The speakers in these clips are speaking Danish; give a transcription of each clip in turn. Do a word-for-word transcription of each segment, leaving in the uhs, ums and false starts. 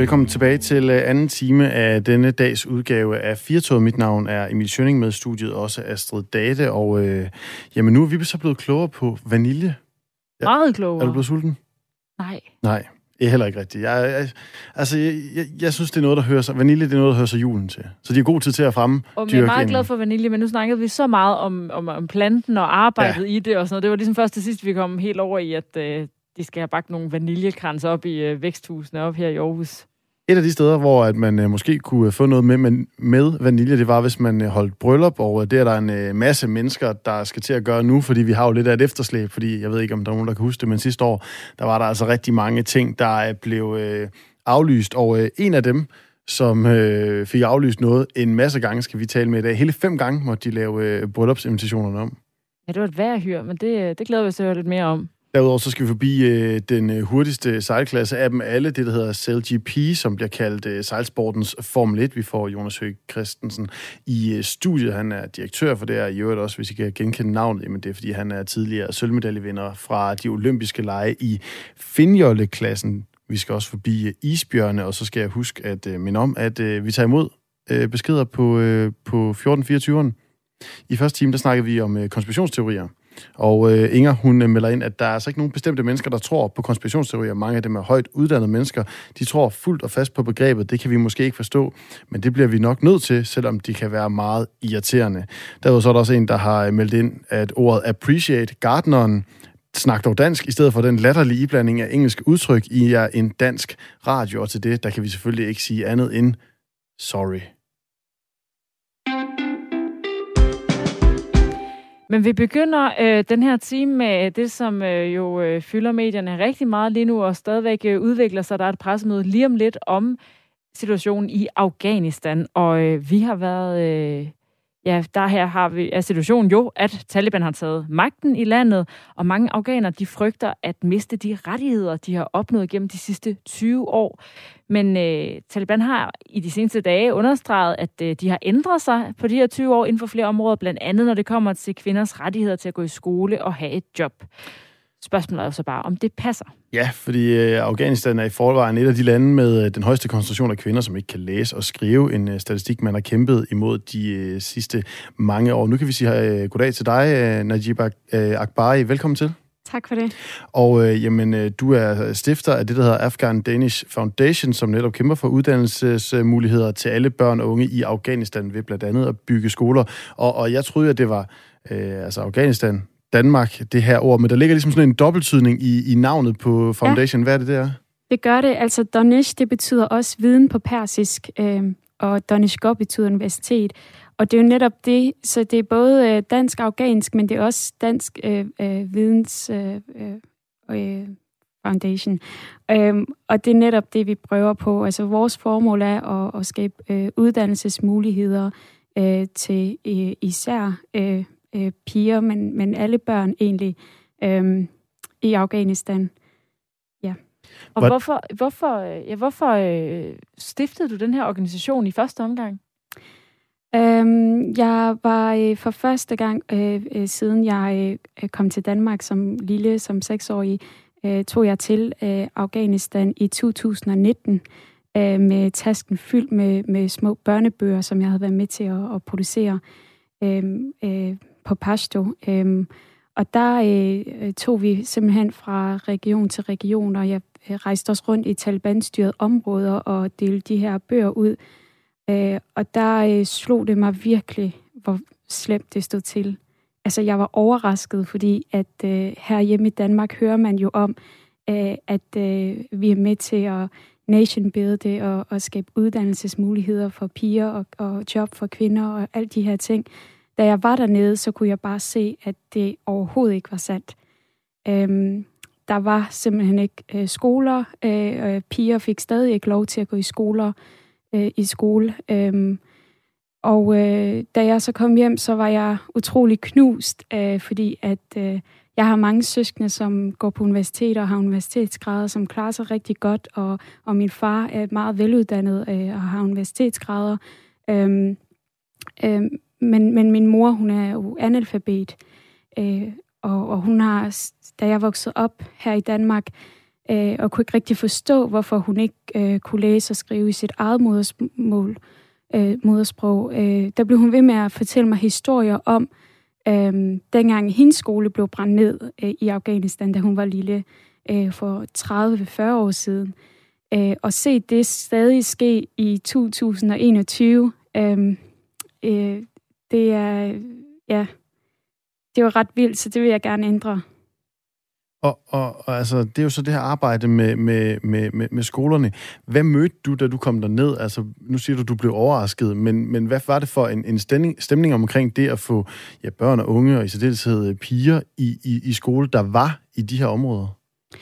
Velkommen tilbage til anden time af denne dags udgave af Firtoget. Mit navn er Emil Schønning, med studiet også Astrid Date, og øh, jamen nu er vi så blevet klogere på vanilje. Ja, meget klogere. Er du blevet sulten? Nej. Nej, det er heller ikke rigtigt. Jeg, jeg, altså, jeg, jeg, jeg synes, det er noget, der hører sig, vanilje det er noget, der hører sig julen til. Så de er god tid til at fremme. Og jeg er meget glad for vanilje, men nu snakkede vi så meget om, om, om planten og arbejdet ja. i det og sådan noget. Det var ligesom først til sidst, vi kom helt over i, at øh, de skal have bagt nogle vaniljekranser op i øh, væksthusene op her i Aarhus. Et af de steder, hvor at man øh, måske kunne få noget med, med, med vanilje, det var, hvis man øh, holdt bryllup, og øh, det er der en øh, masse mennesker, der skal til at gøre nu, fordi vi har jo lidt af et efterslæb, fordi jeg ved ikke, om der er nogen, der kan huske det, men sidste år, der var der altså rigtig mange ting, der blev øh, aflyst, og øh, en af dem, som øh, fik aflyst noget en masse gange, skal vi tale med i dag. Hele fem gange måtte de lave øh, bryllupsinvitationerne om. Ja, det var et værd hyr, men det, det glæder vi os til at høre lidt mere om. Derudover så skal vi forbi øh, den øh, hurtigste sejlklasse af dem alle, det der hedder S A I L G P, som bliver kaldt øh, sejlsportens Formel et. Vi får Jonas Høgh Christensen i øh, studiet. Han er direktør for det her, i øvrigt også, hvis I kan genkende navnet, jamen det er, fordi han er tidligere sølvmedaljevinder fra de olympiske lege i Finjolle-klassen. Vi skal også forbi øh, isbjørne, og så skal jeg huske at øh, minde om, at øh, vi tager imod øh, beskeder på, øh, på fjorten fireogtyve. I første time, der snakkede vi om øh, konspirationsteorier. Og øh, Inger, hun øh, melder ind, at der er altså ikke nogen bestemte mennesker, der tror på konspirationsteorier. Mange af dem er højt uddannede mennesker. De tror fuldt og fast på begrebet. Det kan vi måske ikke forstå, men det bliver vi nok nødt til, selvom de kan være meget irriterende. Derudover så er der også en, der har meldt ind, at ordet appreciate, gartneren, snak dog dansk, i stedet for den latterlige iblanding af engelsk udtryk i er en dansk radio. Og til det, der kan vi selvfølgelig ikke sige andet end sorry. Men vi begynder øh, den her time med det, som øh, jo øh, fylder medierne rigtig meget lige nu, og stadigvæk øh, udvikler sig. Der er et pressemøde lige om lidt om situationen i Afghanistan, og øh, vi har været... Øh, ja, der her har vi, er situationen jo, at Taliban har taget magten i landet, og mange afghanere, de frygter at miste de rettigheder, de har opnået gennem de sidste tyve år. Men øh, Taliban har i de seneste dage understreget, at øh, de har ændret sig på de her tyve år inden for flere områder, blandt andet når det kommer til kvinders rettigheder til at gå i skole og have et job. Spørgsmålet er jo så bare, om det passer. Ja, fordi øh, Afghanistan er i forvejen et af de lande med øh, den højeste koncentration af kvinder, som ikke kan læse og skrive. En øh, statistik, man har kæmpet imod de øh, sidste mange år. Nu kan vi sige øh, goddag til dig, øh, Najib øh, Akbari. Velkommen til. Tak for det. Og øh, jamen, øh, du er stifter af det, der hedder Afghan Danish Foundation, som netop kæmper for uddannelsesmuligheder til alle børn og unge i Afghanistan ved blandt andet at bygge skoler. Og, og jeg troede, at det var øh, altså Afghanistan, Danmark, det her ord, men der ligger ligesom sådan en dobbeltydning i, i navnet på foundation. Ja. Hvad er det der? Det gør det. Altså Danish, det betyder også viden på persisk, øh, og Danishgah betyder universitet. Og det er jo netop det, så det er både øh, dansk-afghansk, men det er også dansk øh, øh, videns øh, øh, foundation. Øh, og det er netop det, vi prøver på. Altså vores formål er at, at skabe øh, uddannelsesmuligheder øh, til øh, især øh, øh, piger, men, men alle børn egentlig øh, i Afghanistan. Ja. Og What? hvorfor, hvorfor, ja, hvorfor øh, stiftede du den her organisation i første omgang? Øhm, jeg var øh, for første gang, øh, øh, siden jeg øh, kom til Danmark som lille, som seksårig, øh, tog jeg til øh, Afghanistan i to tusind nitten øh, med tasken fyldt med, med små børnebøger, som jeg havde været med til at, at producere øh, øh, på Pashto. Øh, og der øh, tog vi simpelthen fra region til region, og jeg øh, rejste også rundt i Taliban-styrede områder og delte de her bøger ud. Øh, og der øh, slog det mig virkelig, hvor slemt det stod til. Altså, jeg var overrasket, fordi at øh, her hjemme i Danmark hører man jo om, øh, at øh, vi er med til at nation-builde og, og skabe uddannelsesmuligheder for piger og, og job for kvinder og alle de her ting. Da jeg var dernede, så kunne jeg bare se, at det overhovedet ikke var sandt. Øhm, der var simpelthen ikke øh, skoler, øh, og piger fik stadig ikke lov til at gå i skoler, i skole. Øhm, og øh, da jeg så kom hjem, så var jeg utrolig knust, øh, fordi at øh, jeg har mange søskende, som går på universiteter og har universitetsgrader, som klarer sig rigtig godt, og, og min far er meget veluddannet øh, og har universitetsgrader. Øhm, øh, men, men min mor, hun er jo analfabet, øh, og, og hun har, da jeg voksede op her i Danmark, øh, og kunne ikke rigtig forstå, hvorfor hun ikke øh, kunne læse og skrive i sit eget modersmål, øh, modersprog. Øh, der blev hun ved med at fortælle mig historier om, øh, dengang hendes skole blev brændt ned øh, i Afghanistan, da hun var lille, øh, for tredive til fyrre år siden. Øh, og se det stadig ske i to tusind og enogtyve, øh, øh, det er, ja, det var ret vildt, så det vil jeg gerne ændre. Og, og, og altså, det er jo så det her arbejde med, med, med, med, med skolerne. Hvad mødte du, da du kom derned? Altså, nu siger du, du blev overrasket, men, men hvad var det for en, en stemning, stemning omkring det at få ja, børn og unge, og i særdeleshed piger, i, i, i skole, der var i de her områder?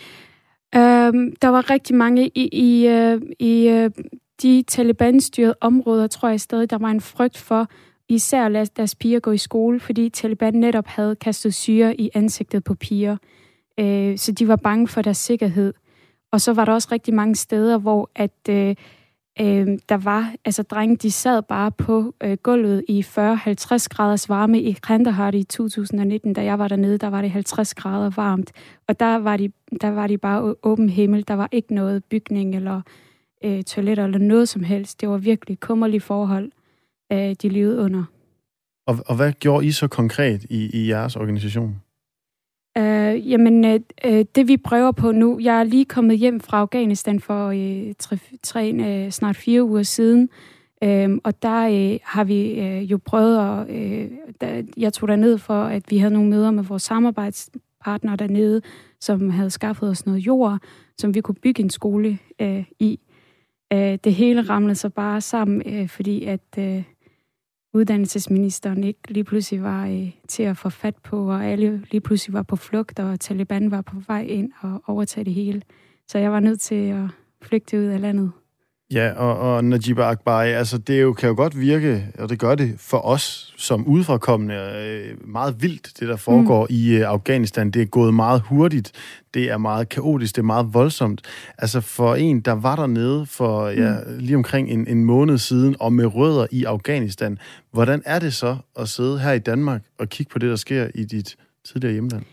Øhm, der var rigtig mange i, i, øh, i øh, de Taliban-styrede områder, tror jeg stadig, der var en frygt for, især at lade deres piger gå i skole, fordi Taliban netop havde kastet syre i ansigtet på piger. Øh, så de var bange for deres sikkerhed. Og så var der også rigtig mange steder, hvor at, øh, øh, der var, altså drenge, de sad bare på øh, gulvet i fyrre til halvtreds graders varme i Kandahar i to tusind og nitten, da jeg var dernede, der var det halvtreds grader varmt. Og der var de, der var de bare åben himmel. Der var ikke noget bygning eller øh, toiletter eller noget som helst. Det var virkelig kummerlige forhold, øh, de levede under. Og, og hvad gjorde I så konkret i, i jeres organisation? Uh, jamen, uh, det vi prøver på nu, jeg er lige kommet hjem fra Afghanistan for uh, tre, tre uh, snart fire uger siden, uh, og der uh, har vi uh, jo prøvet at, uh, der, jeg tog derned for, at vi havde nogle møder med vores samarbejdspartnere dernede, som havde skaffet os noget jord, som vi kunne bygge en skole uh, i. Uh, det hele ramlede så bare sammen, uh, fordi at uh, uddannelsesministeren ikke lige pludselig var øh, til at få fat på, og alle lige pludselig var på flugt, og Taliban var på vej ind og overtage det hele. Så jeg var nødt til at flygte ud af landet. Ja, og, og Najiba Akbari, altså det jo, kan jo godt virke, og det gør det for os som udefrakommende, øh, meget vildt, det der foregår mm. i øh, Afghanistan. Det er gået meget hurtigt, det er meget kaotisk, det er meget voldsomt. Altså for en, der var dernede for ja, mm. lige omkring en, en måned siden, og med rødder i Afghanistan, hvordan er det så at sidde her i Danmark og kigge på det, der sker i dit tidligere hjemland?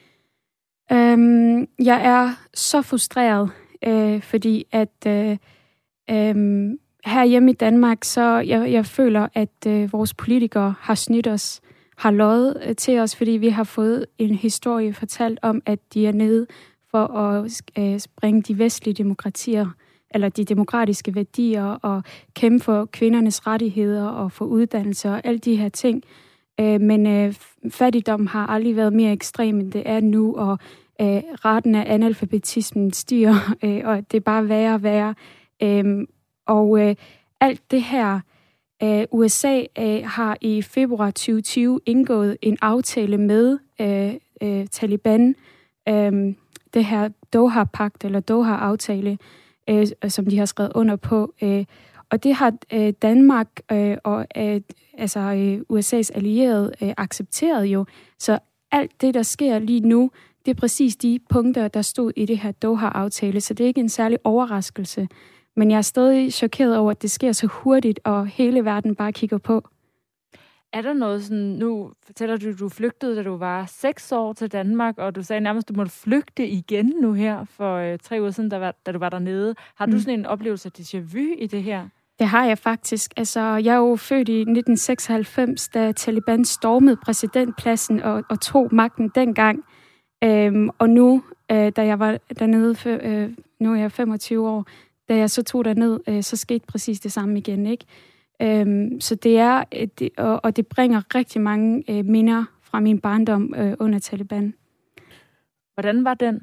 Øhm, jeg er så frustreret, øh, fordi at øh, Øhm, her hjemme i Danmark, så jeg, jeg føler, at øh, vores politikere har snydt os, har løjet øh, til os, fordi vi har fået en historie fortalt om, at de er nede for at øh, bringe de vestlige demokratier, eller de demokratiske værdier, og kæmpe for kvindernes rettigheder og for uddannelse og alle de her ting. Øh, men øh, fattigdom har aldrig været mere ekstrem, end det er nu, og øh, raten af analfabetismen stiger, øh, og det er bare værre og værre. Øhm, og øh, alt det her, øh, U S A øh, har i februar tyve tyve indgået en aftale med øh, øh, Taliban, øh, det her Doha-pagt eller Doha-aftale, øh, som de har skrevet under på. Øh, og det har øh, Danmark øh, og øh, altså øh, U S A's allierede øh, accepteret jo. Så alt det, der sker lige nu, det er præcis de punkter, der stod i det her Doha-aftale, så det er ikke en særlig overraskelse. Men jeg er stadig chokeret over, at det sker så hurtigt, og hele verden bare kigger på. Er der noget sådan, nu fortæller du, at du flygtede, da du var seks år til Danmark, og du sagde nærmest, at du måtte flygte igen nu her for øh, tre uger siden, da, var, da du var dernede. Har du mm. sådan en oplevelse af déjà vu i det her? Det har jeg faktisk. Altså, jeg er jo født i nitten seksoghalvfems, da Taliban stormede præsidentpladsen og, og tog magten dengang. Øhm, og nu, øh, da jeg var dernede, for, øh, nu er jeg femogtyve år, da jeg så tog derned, øh, så skete præcis det samme igen, ikke? Øhm, så det er, det, og, og det bringer rigtig mange øh, minder fra min barndom øh, under Taliban. Hvordan var den?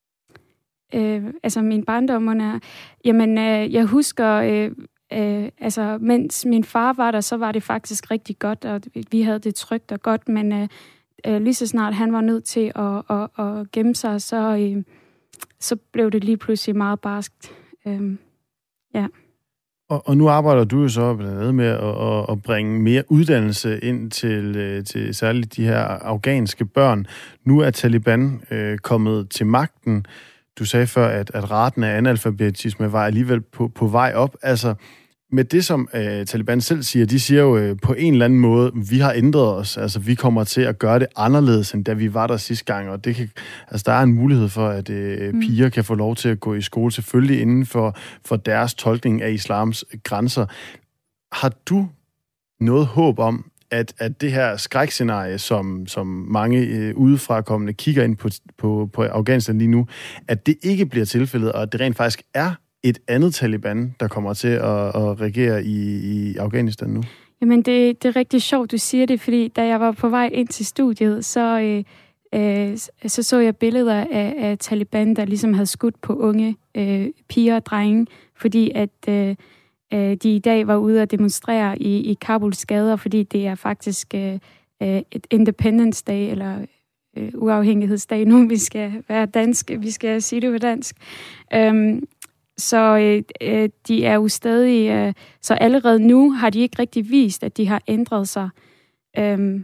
Øh, altså min barndom under, jamen øh, jeg husker, øh, øh, altså mens min far var der, så var det faktisk rigtig godt, og vi havde det trygt og godt, men øh, øh, lige så snart han var nødt til at, at, at gemme sig, så, øh, så blev det lige pludselig meget barskt. Øh, ja. Og, og nu arbejder du jo så blandt andet med at, at, at bringe mere uddannelse ind til, til særligt de her afghanske børn. Nu er Taliban øh, kommet til magten. Du sagde før, at, at raten af analfabetisme var alligevel på, på vej op. Altså, med det, som øh, Taliban selv siger, de siger jo øh, på en eller anden måde, vi har ændret os, altså vi kommer til at gøre det anderledes, end da vi var der sidste gang, og det kan, altså, der er en mulighed for, at øh, mm. piger kan få lov til at gå i skole, selvfølgelig inden for, for deres tolkning af islams grænser. Har du noget håb om, at, at det her skrækscenarie, som, som mange øh, udefrakommende kigger ind på, på, på Afghanistan lige nu, at det ikke bliver tilfældet, og at det rent faktisk er et andet Taliban, der kommer til at, at regere i, i Afghanistan nu? Jamen, det, det er rigtig sjovt, du siger det, fordi da jeg var på vej ind til studiet, så, øh, øh, så så jeg billeder af, af Taliban, der ligesom havde skudt på unge øh, piger og drenge, fordi at øh, de i dag var ude at demonstrere i, i Kabuls gader, fordi det er faktisk øh, et Independence Day, eller øh, uafhængighedsdag nu, vi skal være dansk, vi skal sige det på dansk. Øhm, så øh, de er jo stadig, øh, så allerede nu har de ikke rigtig vist, at de har ændret sig. Øhm,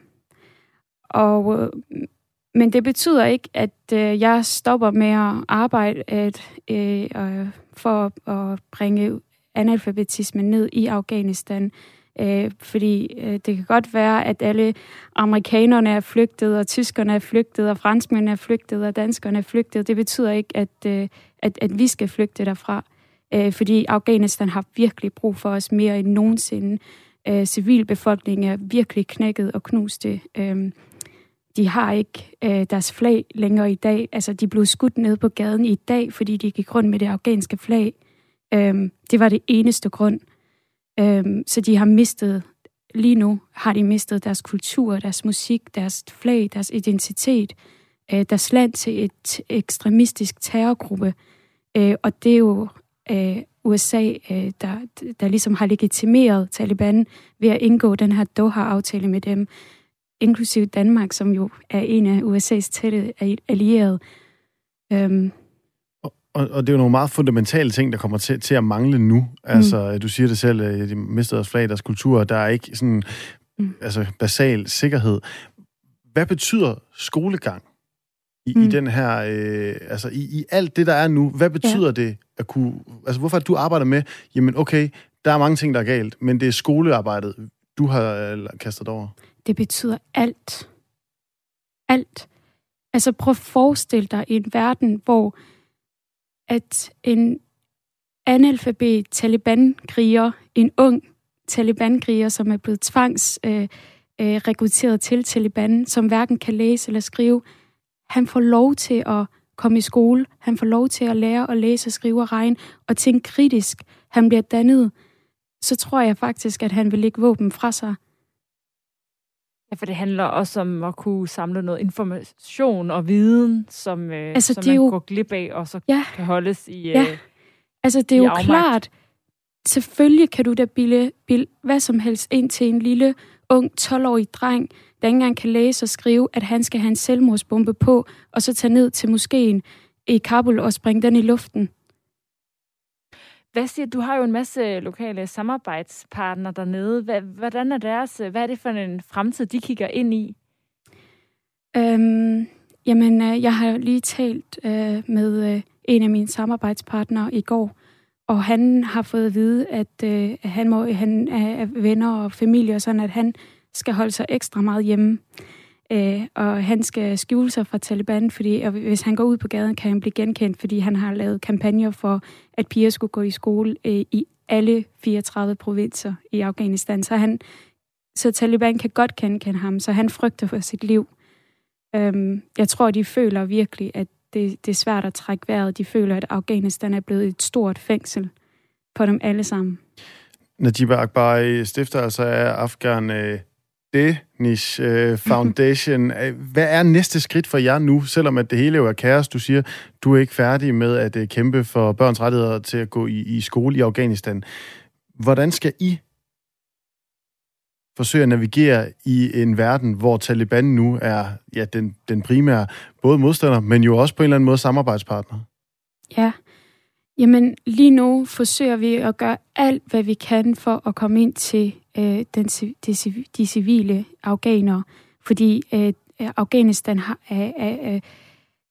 og, øh, men det betyder ikke, at øh, jeg stopper med at arbejde at, øh, for at bringe analfabetismen ned i Afghanistan. Øh, fordi øh, det kan godt være, at alle amerikanerne er flygtet, og tyskerne er flygtet, og franskmændene er flygtet, og danskerne er flygtet. Det betyder ikke, at, øh, at, at vi skal flygte derfra. Øh, fordi Afghanistan har virkelig brug for os mere end nogensinde. Øh, civilbefolkningen er virkelig knækket og knuste. Øh, de har ikke øh, deres flag længere i dag. Altså, de blev skudt ned på gaden i dag, fordi de gik rundt med det afghanske flag. Øh, det var det eneste grund. Øhm, så de har mistet, lige nu har de mistet deres kultur, deres musik, deres flag, deres identitet, øh, deres land til et ekstremistisk terrorgruppe. Øh, og det er jo øh, U S A, øh, der, der ligesom har legitimeret Taliban ved at indgå den her Doha-aftale med dem, inklusive Danmark, som jo er en af U S A's tætte allierede. Øhm, Og, og det er jo nogle meget fundamentale ting, der kommer til, til at mangle nu. Altså, mm. du siger det selv, at de mistede deres flag, deres kultur, der er ikke sådan mm. altså, basal sikkerhed. Hvad betyder skolegang i, mm. i den her, øh, altså i, i alt det, der er nu? Hvad betyder ja. det at kunne, altså hvorfor at du arbejder med, jamen okay, der er mange ting, der er galt, men det er skolearbejdet, du har øh, kastet over? Det betyder alt. Alt. Altså prøv at forestille dig i en verden, hvor at en analfabet Taliban-kriger, en ung Taliban-kriger, som er blevet tvangs øh, øh, rekrutteret til Taliban, som hverken kan læse eller skrive, han får lov til at komme i skole, han får lov til at lære at læse og skrive og regne, og tænke kritisk. Han bliver dannet. Så tror jeg faktisk, at han vil lægge våben fra sig. Ja, for det handler også om at kunne samle noget information og viden, som, øh, altså, som man jo går glip af, og så ja. kan holdes i Ja, øh, altså det er jo afmagt. Klart. Selvfølgelig kan du da bilde, bilde hvad som helst ind til en lille, ung, tolv-årig dreng, der ikke engang kan læse og skrive, at han skal have en selvmordsbombe på, og så tage ned til moskeen i Kabul og springe den i luften. Hvad siger du? har jo en masse lokale samarbejdspartnere dernede. Hvordan er deres, hvad er det for en fremtid, de kigger ind i? Øhm, jamen, jeg har lige talt øh, med øh, en af mine samarbejdspartnere i går, og han har fået at vide, at øh, han, må, han er venner og familie, og sådan, at han skal holde sig ekstra meget hjemme. Øh, og han skal skjule sig fra Taliban, fordi og hvis han går ud på gaden, kan han blive genkendt, fordi han har lavet kampagner for, at piger skulle gå i skole øh, i alle fireogtredive provinser i Afghanistan. Så, han, så Taliban kan godt genkende ham, så han frygter for sit liv. Øhm, jeg tror, de føler virkelig, at det, det er svært at trække vejret. De føler, at Afghanistan er blevet et stort fængsel for dem alle sammen. Najiba Akbari stifter altså af Afghan øh, Danish øh, Foundation. Hvad er næste skridt for jer nu, selvom at det hele jo er kaos? Du siger, du er ikke færdig med at øh, kæmpe for børns rettigheder til at gå i, i skole i Afghanistan. Hvordan skal I forsøge at navigere i en verden, hvor Taliban nu er ja, den, den primære både modstander, men jo også på en eller anden måde samarbejdspartner? Ja, jamen lige nu forsøger vi at gøre alt, hvad vi kan for at komme ind til øh, den, de, de civile afghanere, fordi øh, Afghanistan har, er, er,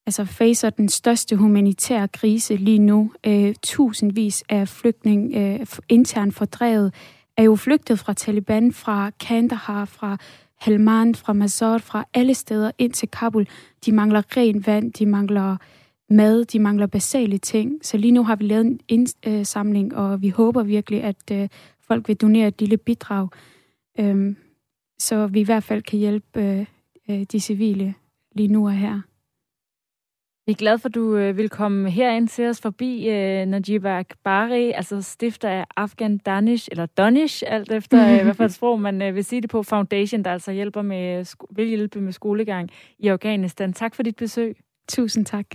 altså facer den største humanitære krise lige nu. Øh, tusindvis af flygtninge, øh, internt fordrevet, er jo flygtet fra Taliban, fra Kandahar, fra Helmand, fra Mazar, fra alle steder ind til Kabul. De mangler ren vand, de mangler mad, de mangler basale ting. Så lige nu har vi lavet en indsamling, og vi håber virkelig, at øh, folk vil donere et lille bidrag, øh, så vi i hvert fald kan hjælpe øh, de civile lige nu og her. Vi er glade for, at du øh, vil komme herind til os forbi øh, Najib Akbari, altså stifter af Afghan Danish, eller Danish, alt efter øh, hvad for et sprog man øh, vil sige det på, Foundation, der altså hjælper med, sko- vil hjælpe med skolegang i Afghanistan. Tak for dit besøg. Tusind tak.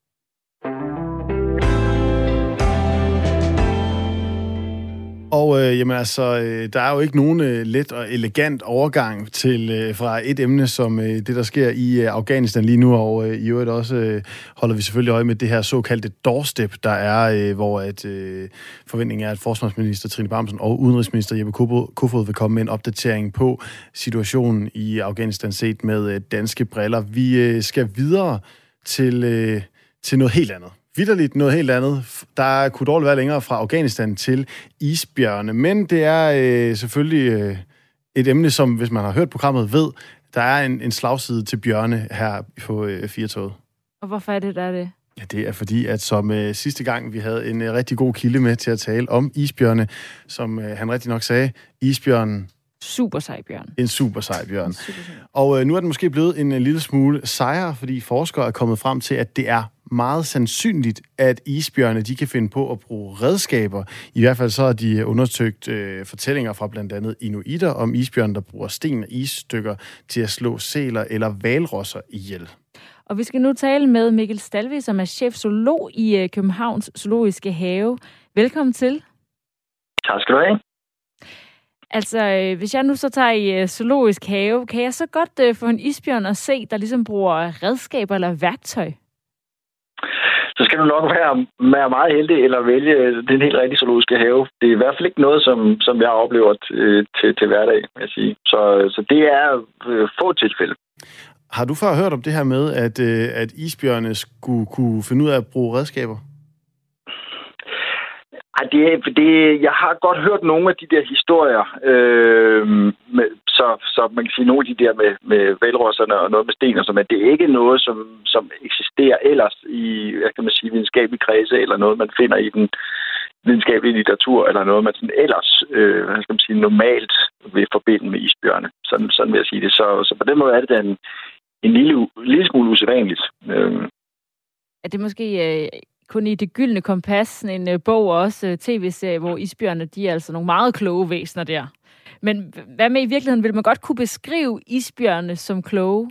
Og øh, jamen altså, øh, der er jo ikke nogen øh, let og elegant overgang til øh, fra et emne som øh, det, der sker i øh, Afghanistan lige nu, og øh, i øvrigt også øh, holder vi selvfølgelig øje med det her såkaldte doorstep, der er, øh, hvor at, øh, forventningen er, at forsvarsminister Trine Bramsen og udenrigsminister Jeppe Kofod vil komme med en opdatering på situationen i Afghanistan set med øh, danske briller. Vi øh, skal videre til, øh, til noget helt andet. Vitterligt noget helt andet. Der kunne dårligt være længere fra Afghanistan til isbjørne, men det er øh, selvfølgelig øh, et emne, som hvis man har hørt programmet ved, der er en, en slagside til bjørne her på øh, Firtoget. Og hvorfor er det, der er det? Ja, det er fordi, at som øh, sidste gang, vi havde en øh, rigtig god kilde med til at tale om isbjørne, som øh, han rigtig nok sagde, isbjørnen. Super sej bjørn. En super sej bjørn. Super sej. Og øh, nu er den måske blevet en, en lille smule sejere, fordi forskere er kommet frem til, at det er meget sandsynligt, at isbjørne de kan finde på at bruge redskaber. I hvert fald så har de undersøgt øh, fortællinger fra blandt andet inuitter om isbjørne, der bruger sten og isstykker til at slå sæler eller hvalrosser ihjel. Og vi skal nu tale med Mikkel Stalvig, som er chefzoolog i øh, Københavns Zoologiske Have. Velkommen til. Tak skal du have. Altså, øh, hvis jeg nu så tager i øh, Zoologisk Have, kan jeg så godt øh, få en isbjørn at se, der ligesom bruger redskaber eller værktøj? Så skal du nok være, være meget heldig eller vælge den helt rigtige zoologiske have. Det er i hvert fald ikke noget, som, som jeg oplever til, til, til hverdag, vil jeg sige. Så, så det er øh, få tilfælde. Har du før hørt om det her med, at, øh, at isbjørne skulle kunne finde ud af at bruge redskaber? Ej, det, det, jeg har godt hørt nogle af de der historier, øh, med, så, så man kan sige nogle af de der med, med hvalrosserne og noget med sten og sådan, men det er ikke noget, som, som eksisterer ellers i, hvad kan man sige, videnskabelige kredse, eller noget, man finder i den videnskabelige litteratur, eller noget, man sådan ellers, øh, hvad skal man sige, normalt vil forbinde med isbjørne. Sådan, sådan vil jeg sige det. Så, så på den måde er det da en, en lille, lille smule usædvanligt. Øh. Er det måske øh, kun i Det Gyldne Kompas, sådan en øh, bog og også øh, tv-serie, hvor isbjørne, de er altså nogle meget kloge væsener der. Men hvad med i virkeligheden? Vil man godt kunne beskrive isbjørne som kloge?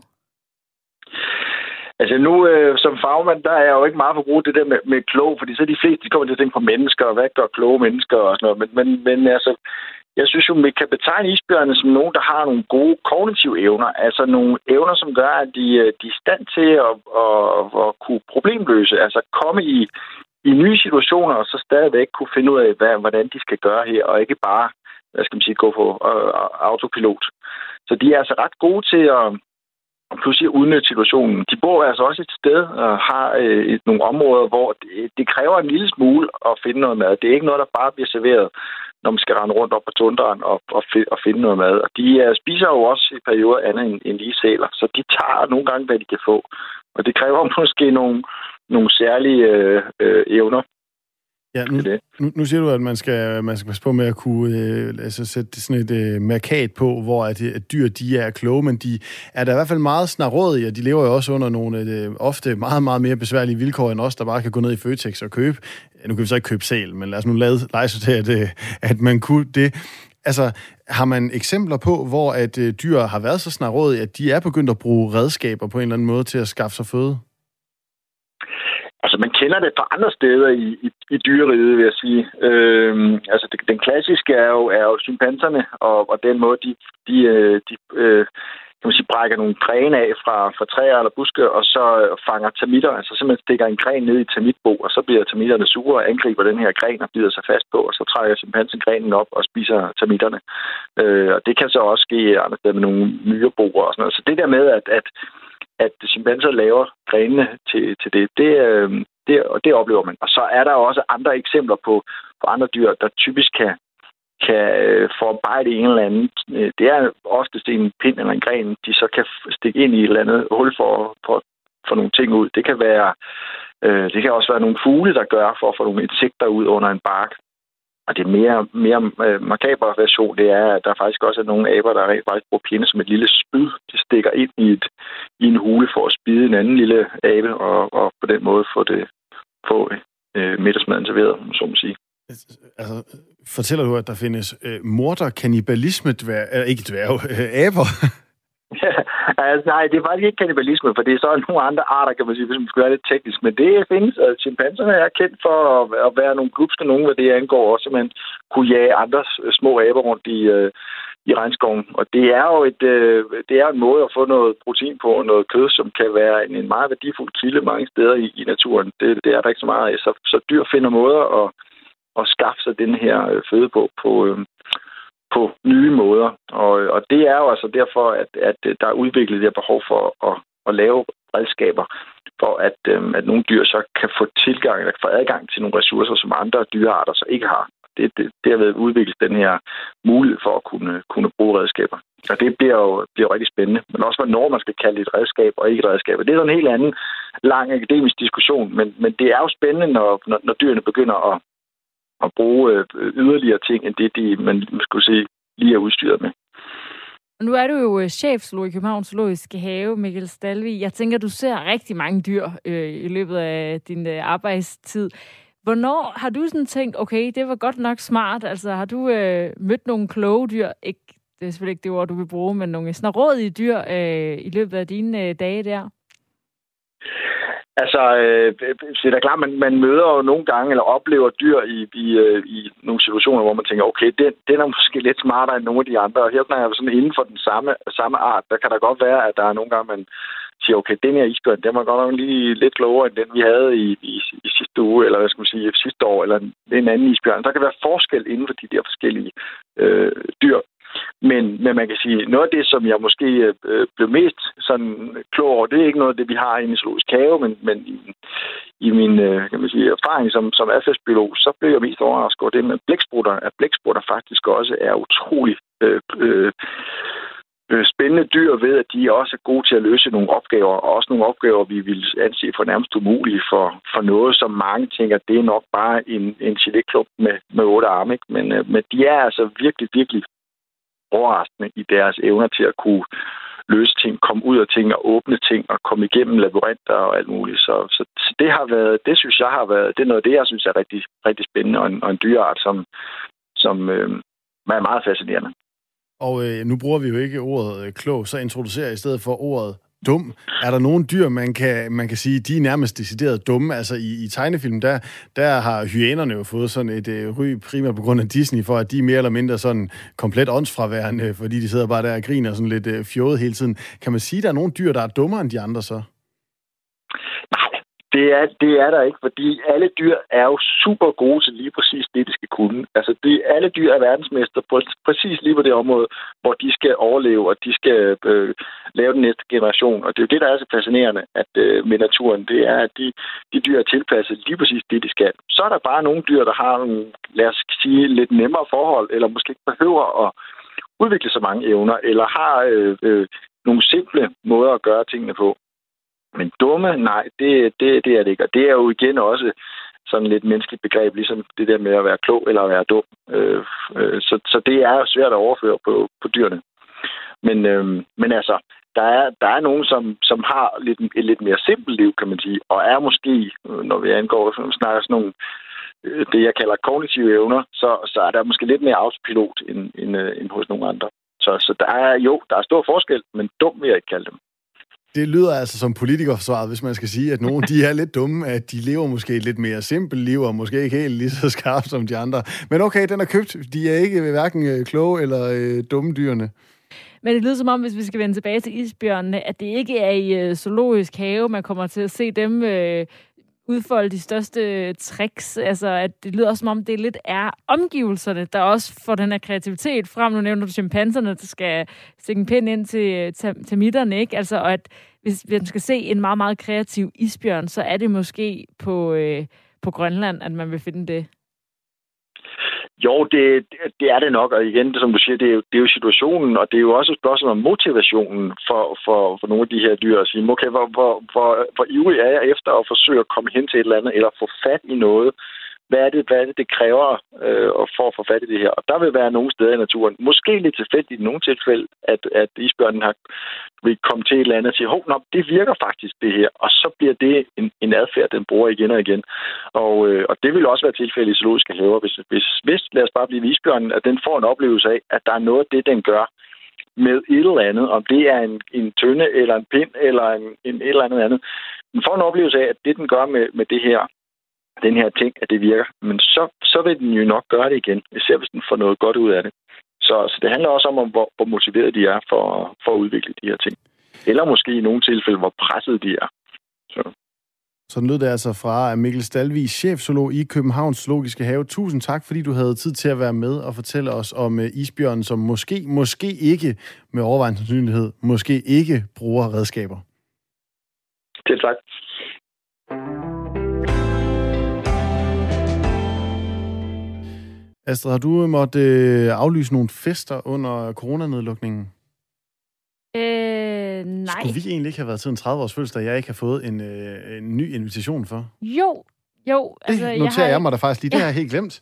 Altså nu, øh, som fagmand, der er jeg jo ikke meget for at bruge det der med, med klog, fordi så de fleste, de kommer til at tænke på mennesker, og hvad gør kloge mennesker og sådan noget. Men, men, men altså, jeg synes jo, man kan betegne isbjørne som nogen, der har nogle gode kognitive evner. Altså nogle evner, som gør, at de, de er i stand til at, at, at kunne problemløse. Altså komme i, i nye situationer, og så stadigvæk kunne finde ud af, hvad, hvordan de skal gøre her, og ikke bare, hvad skal man sige, gå på uh, autopilot. Så de er altså ret gode til at og pludselig udnytte situationen. De bor altså også et sted og har øh, et, nogle områder, hvor det, det kræver en lille smule at finde noget mad. Det er ikke noget, der bare bliver serveret, når man skal rende rundt op på tundraen og, og, og finde noget mad. Og de øh, spiser jo også i perioder andet end, end lige sæler, så de tager nogle gange, hvad de kan få. Og det kræver måske nogle, nogle særlige øh, øh, evner. Ja, nu, nu, nu siger du, at man skal, man skal passe på med at kunne øh, altså sætte sådan et øh, markat på, hvor at, at dyr de er kloge, men de er da i hvert fald meget snarrådige, og de lever jo også under nogle øh, ofte meget, meget mere besværlige vilkår end os, der bare kan gå ned i Føtex og købe. Nu kan vi så ikke købe sæl, men lad os nu lade, lege så til, at, øh, at man kunne det. Altså, har man eksempler på, hvor at øh, dyr har været så snarrådige, at de er begyndt at bruge redskaber på en eller anden måde til at skaffe sig føde? Altså, man kender det fra andre steder i, i, i dyreriget, vil jeg sige. Øhm, altså, det, den klassiske er jo, er jo chimpanserne, og, og den måde, de, de, de øh, kan man sige, brækker nogle grene af fra, fra træer eller buske, og så fanger termitter, altså simpelthen stikker en gren ned i termitbo, og så bliver termitterne sure og angriber den her gren og bider sig fast på, og så trækker chimpansen grenen op og spiser termitterne. Øh, og det kan så også ske andre steder med nogle myreboer og sådan noget. Så det der med, at, at at chimpanser laver grenene til, til det. Det, øh, det, og det oplever man. Og så er der også andre eksempler på, på andre dyr, der typisk kan, kan forarbejde en eller anden. Det er oftest en pind eller en gren, de så kan stikke ind i et eller andet hul for, for, for nogle ting ud. Det kan være, øh, det kan også være nogle fugle, der gør for at få nogle insekter ud under en bark. Og det mere, mere makabre version, det er, at der faktisk også er nogle aber, der rent faktisk bruger pinde som et lille spyd. De stikker ind i, et, i en hule for at spide en anden lille abe, og, og på den måde få, det, få øh, middagsmaden serveret, så må sige. Altså, fortæller du, at der findes øh, morder-kannibalisme-dværg, øh, ikke dværg, øh, aber? altså, nej, det er faktisk ikke kannibalisme, for det er så nogle andre arter, kan man sige, hvis man skal være lidt teknisk. Men det findes, at chimpanserne er kendt for at, at være nogle glupske nogen, hvad det angår, og simpelthen kunne jage andre små aber rundt i, øh, i regnskoven. Og det er jo et, øh, det er en måde at få noget protein på, og noget kød, som kan være en, en meget værdifuld kilde mange steder i, i naturen. Det, det er der ikke så meget af. Så, så dyr finder måder at, at skaffe sig den her øh, føde på, på øh, på nye måder. Og, og det er jo altså derfor, at, at der er udviklet det behov for at, at lave redskaber, for at, øhm, at nogle dyr så kan få tilgang, eller få adgang til nogle ressourcer, som andre dyrearter så ikke har. Det, det, det har været udviklet den her mulighed for at kunne, kunne bruge redskaber. Og det bliver jo, bliver jo rigtig spændende. Men også, hvornår man skal kalde det et redskab og ikke et redskab. Det er en helt anden lang akademisk diskussion, men, men det er jo spændende, når, når, når dyrene begynder at at bruge øh, yderligere ting, end det, de, man skulle sige, lige er udstyret med. Nu er du jo chefzoolog i Københavns Zoologiske Have, Mikkel Stalvig. Jeg tænker, du ser rigtig mange dyr øh, i løbet af din øh, arbejdstid. Hvornår har du sådan tænkt, okay, det var godt nok smart, altså har du øh, mødt nogle kloge dyr, ikke, det er selvfølgelig ikke det ord, du vil bruge, men nogle snarådige dyr øh, i løbet af dine øh, dage der? Altså, øh, det er da klart, man, man møder jo nogle gange, eller oplever dyr i, i, i nogle situationer, hvor man tænker, okay, den, den er måske lidt smartere end nogle af de andre. Og her er jeg sådan inden for den samme, samme art. Der kan der godt være, at der er nogle gange, man siger, okay, den her isbjørn, den var godt nok lige lidt klogere end den, vi havde i, i, i sidste uge, eller hvad skal man sige, sidste år, eller en, en anden isbjørn. Der kan være forskel inden for de der forskellige øh, dyr. Men, men man kan sige, noget af det, som jeg måske øh, blev mest sådan klog over, det er ikke noget af det, vi har inde i Zoologisk Have, men, men i, i min øh, kan man sige, erfaring som, som adfærdsbiolog, så blev jeg mest overrasket over det med blæksprutter, at blæksprutter faktisk også er utrolig øh, øh, spændende dyr ved, at de også er gode til at løse nogle opgaver, og også nogle opgaver, vi vil anse for nærmest umulige for, for noget, som mange tænker, det er nok bare en, en geléklump med, med otte arme, ikke? Men, øh, men de er altså virkelig, virkelig overraskende i deres evner til at kunne løse ting, komme ud af ting og åbne ting og komme igennem labyrinter og alt muligt. Så, så, så det har været, det synes jeg har været, det er noget af det, jeg synes er rigtig, rigtig spændende, og en, og en dyreart, som, som øh, er meget fascinerende. Og øh, nu bruger vi jo ikke ordet øh, klog, så introducerer jeg i stedet for ordet dum. Er der nogle dyr, man kan, man kan sige, de er nærmest decideret dumme? Altså i, i tegnefilm, der, der har hyænerne jo fået sådan et øh, ry, primært på grund af Disney, for at de er mere eller mindre sådan komplet åndsfraværende, fordi de sidder bare der og griner sådan lidt øh, fjollet hele tiden. Kan man sige, at der er nogle dyr, der er dummere end de andre så? Nej, det er, det er der ikke, fordi alle dyr er jo super gode til lige præcis det, de skal kunne. Altså, det, alle dyr er verdensmester på præcis lige på det område, hvor de skal overleve, og de skal øh, lave den næste generation. Og det er jo det, der er så fascinerende at, øh, med naturen. Det er, at de, de dyr er tilpasset lige præcis det, de skal. Så er der bare nogle dyr, der har nogle, lad os sige, lidt nemmere forhold, eller måske ikke behøver at udvikle så mange evner, eller har øh, øh, nogle simple måder at gøre tingene på. Men dumme, nej, det, det, det er det ikke. Og det er jo igen også sådan lidt menneskeligt begreb, ligesom det der med at være klog eller at være dum. Øh, øh, så, så det er jo svært at overføre på, på dyrene. Men, øh, men altså, der er, der er nogen, som, som har lidt, et lidt mere simpelt liv, kan man sige, og er måske, når vi angår, når vi snakker sådan nogle, det jeg kalder kognitive evner, så, så er der måske lidt mere autopilot end, end, end hos nogle andre. Så, så der er jo, der er stor forskel, men dum vil jeg ikke kalde dem. Det lyder altså som politikerforsvaret, hvis man skal sige, at nogle de er lidt dumme, at de lever måske et lidt mere simpelt liv, og måske ikke helt lige så skarpt som de andre. Men okay, den er købt. De er ikke hverken kloge eller øh, dumme dyrene. Men det lyder som om, hvis vi skal vende tilbage til isbjørnene, at det ikke er i øh, Zoologisk Have, man kommer til at se dem øh, udfolde de største tricks. Altså, at det lyder også, som om det lidt er omgivelserne, der også får den her kreativitet frem. Nu nævner du chimpanserne, der skal stikke en pind ind til termitterne, ikke? Altså, og at hvis man skal se en meget, meget kreativ isbjørn, så er det måske på, øh, på Grønland, at man vil finde det. Jo, det, det er det nok, og igen, det, som du siger, det er, jo, det er jo situationen, og det er jo også et spørgsmål om motivationen for, for, for nogle af de her dyr at sige, okay, hvor, hvor, hvor, hvor ivrig er jeg efter at forsøge at komme hen til et eller andet, eller få fat i noget. Hvad er det, hvad er det, det kræver øh, for at få fat i det her? Og der vil være nogle steder i naturen, måske lidt tilfældigt i nogle tilfælde, at, at isbjørnen har, vil komme til et eller andet og sige, hov, nå, det virker faktisk det her, og så bliver det en, en adfærd, den bruger igen og igen. Og, øh, og det vil også være tilfælde i zoologiske haver, hvis, hvis, hvis, lad os bare blive isbjørnen, at den får en oplevelse af, at der er noget af det, den gør med et eller andet, om det er en, en tønde, eller en pind, eller en, en et eller andet andet. Den får en oplevelse af, at det, den gør med, med det her, den her ting, at det virker. Men så, så vil den jo nok gøre det igen, især hvis den får noget godt ud af det. Så, så det handler også om, hvor, hvor motiveret de er for, for at udvikle de her ting. Eller måske i nogle tilfælde, hvor presset de er. Så. Sådan lød det altså fra Mikkel Stalvig, chefzoolog i Københavns Zoologiske Have. Tusind tak, fordi du havde tid til at være med og fortælle os om isbjørnen, som måske, måske ikke med overvejende sandsynlighed, måske ikke bruger redskaber. Til tak. Astrid, har du måtte øh, aflyse nogle fester under coronanedlukningen? Øh, nej. Skulle vi egentlig ikke have været til en tredive-års fødselsdag, jeg ikke har fået en, øh, en ny invitation for? Jo, jo. Det altså, noterer jeg, har... jeg mig da faktisk lige. Det har jeg helt glemt.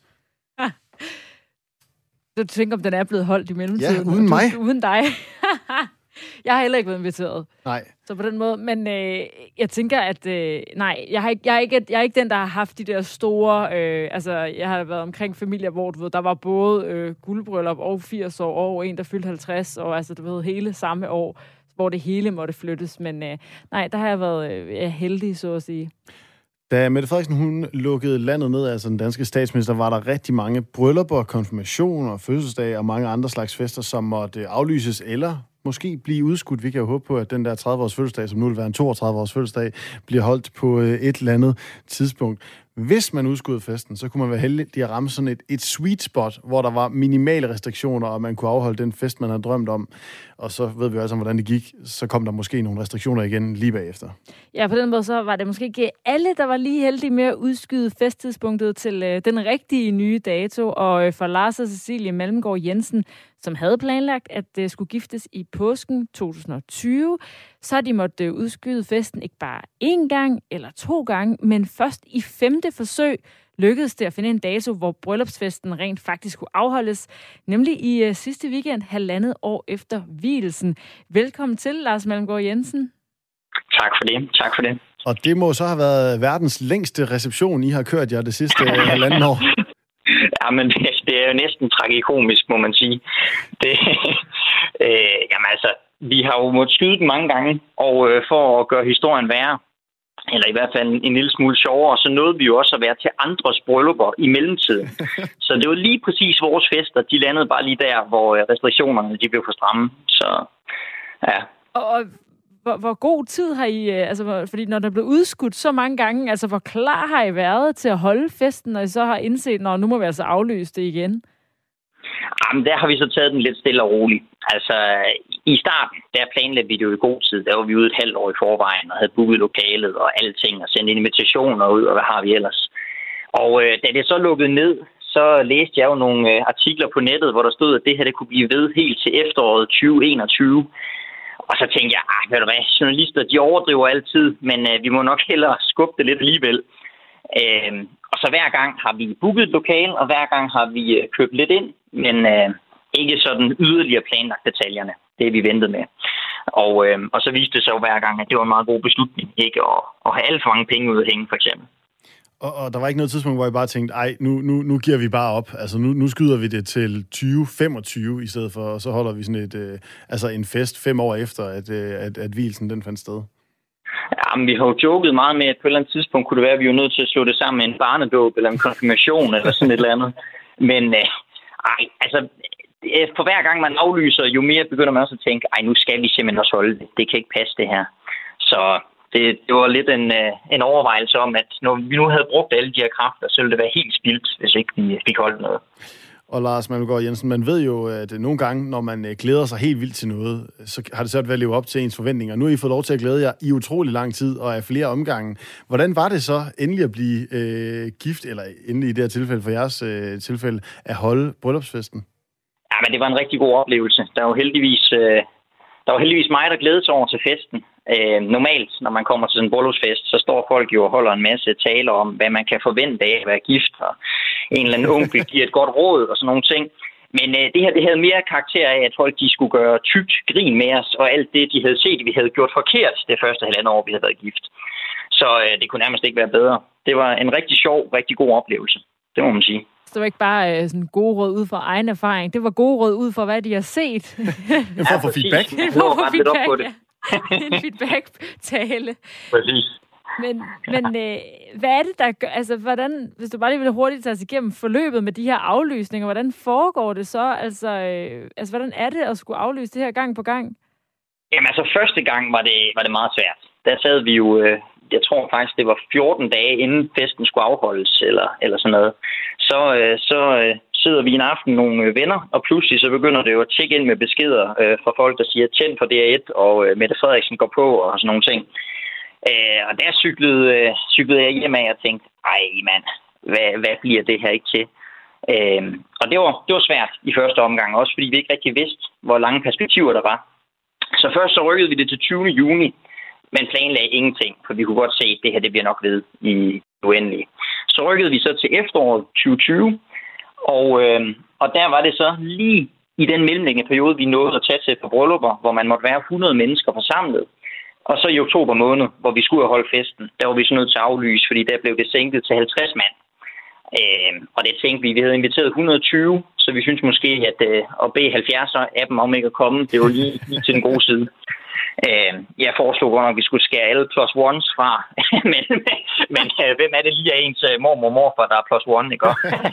Du tænker, om den er blevet holdt i mellemtiden? Ja, uden mig. Du, uden dig. Jeg har heller ikke været inviteret. Nej. Så på den måde, men øh, jeg tænker, at øh, nej, jeg, har ikke, jeg, er ikke, jeg er ikke den, der har haft de der store, øh, altså jeg har været omkring familier, hvor du ved, der var både øh, guldbryllup og firs år, og en, der fyldte halvtreds, og altså du ved, hele samme år, hvor det hele måtte flyttes, men øh, nej, der har jeg været øh, heldig, så at sige. Da Mette Frederiksen, hun lukkede landet ned, altså den danske statsminister, var der rigtig mange bryllupper, konfirmationer, fødselsdage og mange andre slags fester, som måtte aflyses eller måske blive udskudt. Vi kan jo håbe på, at den der tredive-års fødselsdag, som nu vil være en toogtredive-års fødselsdag, bliver holdt på et eller andet tidspunkt. Hvis man udskudde festen, så kunne man være heldig at ramme sådan et, et sweet spot, hvor der var minimale restriktioner, og man kunne afholde den fest, man havde drømt om. Og så ved vi også, hvordan det gik. Så kom der måske nogle restriktioner igen lige bagefter. Ja, på den måde så var det måske ikke alle, der var lige heldige med at udskyde festtidspunktet til øh, den rigtige nye dato. Og øh, for Lars og Cecilie Malmgaard Jensen, som havde planlagt, at det øh, skulle giftes i påsken to tusind og tyve, så de måtte øh, udskyde festen ikke bare én gang eller to gange, men først i femte forsøg lykkedes det at finde en dato, hvor bryllupsfesten rent faktisk kunne afholdes, nemlig i øh, sidste weekend, halvandet år efter vielsen. Velkommen til, Lars Malmgaard Jensen. Tak for det. Tak for det. Og det må så have været verdens længste reception, I har kørt jer det sidste halvandet år. Ja, men det, det er jo næsten tragikomisk, må man sige. Det, øh, jamen altså, vi har jo måttet skyde den mange gange, og øh, for at gøre historien værre, eller i hvert fald en, en lille smule sjovere, så nåede vi jo også at være til andres bryllupper i mellemtiden. Så det var lige præcis vores fester, de landede bare lige der, hvor restriktionerne de blev for stramme. Så ja. Og, og hvor, hvor god tid har I, altså fordi når der blev udskudt så mange gange, altså hvor klar har I været til at holde festen, og I så har indset, når nu må vi altså aflyse det igen? Jamen, der har vi så taget den lidt stille og roligt. Altså, i starten, der planlagde vi det jo i god tid. Der var vi ude et halvt år i forvejen, og havde booket lokalet og alting, og sendt invitationer ud, og hvad har vi ellers. Og øh, da det så lukkede ned, så læste jeg jo nogle øh, artikler på nettet, hvor der stod, at det her det kunne blive ved helt til efteråret tyve enogtyve. Og så tænkte jeg, ah, ved du hvad, journalister, de overdriver altid, men øh, vi må nok hellere skubbe det lidt alligevel. Øh, og så hver gang har vi booket et lokale, og hver gang har vi øh, købt lidt ind, men øh, ikke sådan yderligere planlagt detaljerne. Det er vi ventet med. Og, øh, og så viste det sig jo hver gang, at det var en meget god beslutning, ikke at, at have alt for mange penge ud at hænge, for eksempel. Og, og der var ikke noget tidspunkt, hvor I bare tænkte, ej, nu, nu, nu giver vi bare op. Altså, nu, nu skyder vi det til tyve femogtyve i stedet for, og så holder vi sådan et, øh, altså en fest fem år efter, at, øh, at, at vielsen den fandt sted. Jamen, vi har jo joket meget med, at på et eller andet tidspunkt kunne det være, at vi var nødt til at slå det sammen med en barnedåb eller en konfirmation eller sådan et eller andet. Men øh, ej, altså, for hver gang man aflyser, jo mere begynder man også at tænke, ej, nu skal vi simpelthen også holde det. Det kan ikke passe det her. Så det, det var lidt en, en overvejelse om, at når vi nu havde brugt alle de her kræfter, så ville det være helt spildt, hvis ikke vi fik holdt noget. Og Lars Malmgaard Jensen, man ved jo, at nogle gange, når man glæder sig helt vildt til noget, så har det svært ved at leve op til ens forventninger. Nu har I fået lov til at glæde jer i utrolig lang tid og af flere omgange. Hvordan var det så endelig at blive øh, gift, eller endelig i det her tilfælde for jeres øh, tilfælde, at holde bryllupsfesten? Ja, men det var en rigtig god oplevelse. Der var heldigvis, øh, der var heldigvis mig, der glædede sig over til festen. Øh, normalt, når man kommer til sådan en bryllupsfest, så står folk jo og holder en masse taler om, hvad man kan forvente af at være gift, og en eller anden onkel giver et godt råd og sådan nogle ting. Men øh, det her, det havde mere karakter af, at folk de skulle gøre tykt grin med os, og alt det, de havde set, vi havde gjort forkert det første halvandet år, vi havde været gift. Så øh, det kunne nærmest ikke være bedre. Det var en rigtig sjov, rigtig god oplevelse. Det må man sige. Det var ikke bare øh, sådan gode råd ud fra egen erfaring. Det var gode råd ud fra, hvad de har set. En form for feedback. En form for feedback, ja. En feedback-tale. Præcis. Men, men øh, hvad er det, der gør... Altså, hvordan, hvis du bare lige ville hurtigt tage os igennem forløbet med de her aflysninger, hvordan foregår det så? Altså, øh, altså hvordan er det at skulle aflyse det her gang på gang? Jamen altså, første gang var det, var det meget svært. Der sad vi jo... Øh, jeg tror faktisk, det var fjorten dage, inden festen skulle afholdes, eller, eller sådan noget. Så, øh, så øh, sidder vi en aften nogle venner, og pludselig så begynder det jo at tjekke ind med beskeder øh, fra folk, der siger, tænd for D R et, og øh, Mette Frederiksen går på, og sådan nogle ting. Øh, og der cyklede, øh, cyklede jeg hjem af og tænkte, ej mand, hvad, hvad bliver det her ikke til? Øh, og det var, det var svært i første omgang, også fordi vi ikke rigtig vidste, hvor lange perspektiver der var. Så først så rykkede vi det til tyvende juni, men planlagde ingenting, for vi kunne godt se, at det her det bliver nok ved i uendelige. Så rykkede vi så til efteråret tyve tyve, og, øh, og der var det så lige i den mellemliggende periode, vi nåede at tage til på bryllupper, hvor man måtte være hundrede mennesker forsamlet. Og så i oktober måned, hvor vi skulle holde festen, der var vi så nødt til at aflyse, fordi der blev det sænket til halvtreds mand. Øh, og det tænkte vi, vi havde inviteret et hundrede og tyve, så vi synes måske, at øh, at bede halvfjerds af dem om ikke at komme, det var lige, lige til den gode side. Øh, jeg foreslog godt nok, at vi skulle skære alle plus ones fra, men, men øh, hvem er det lige af ens mormor og morfar, der er plus one, ikke?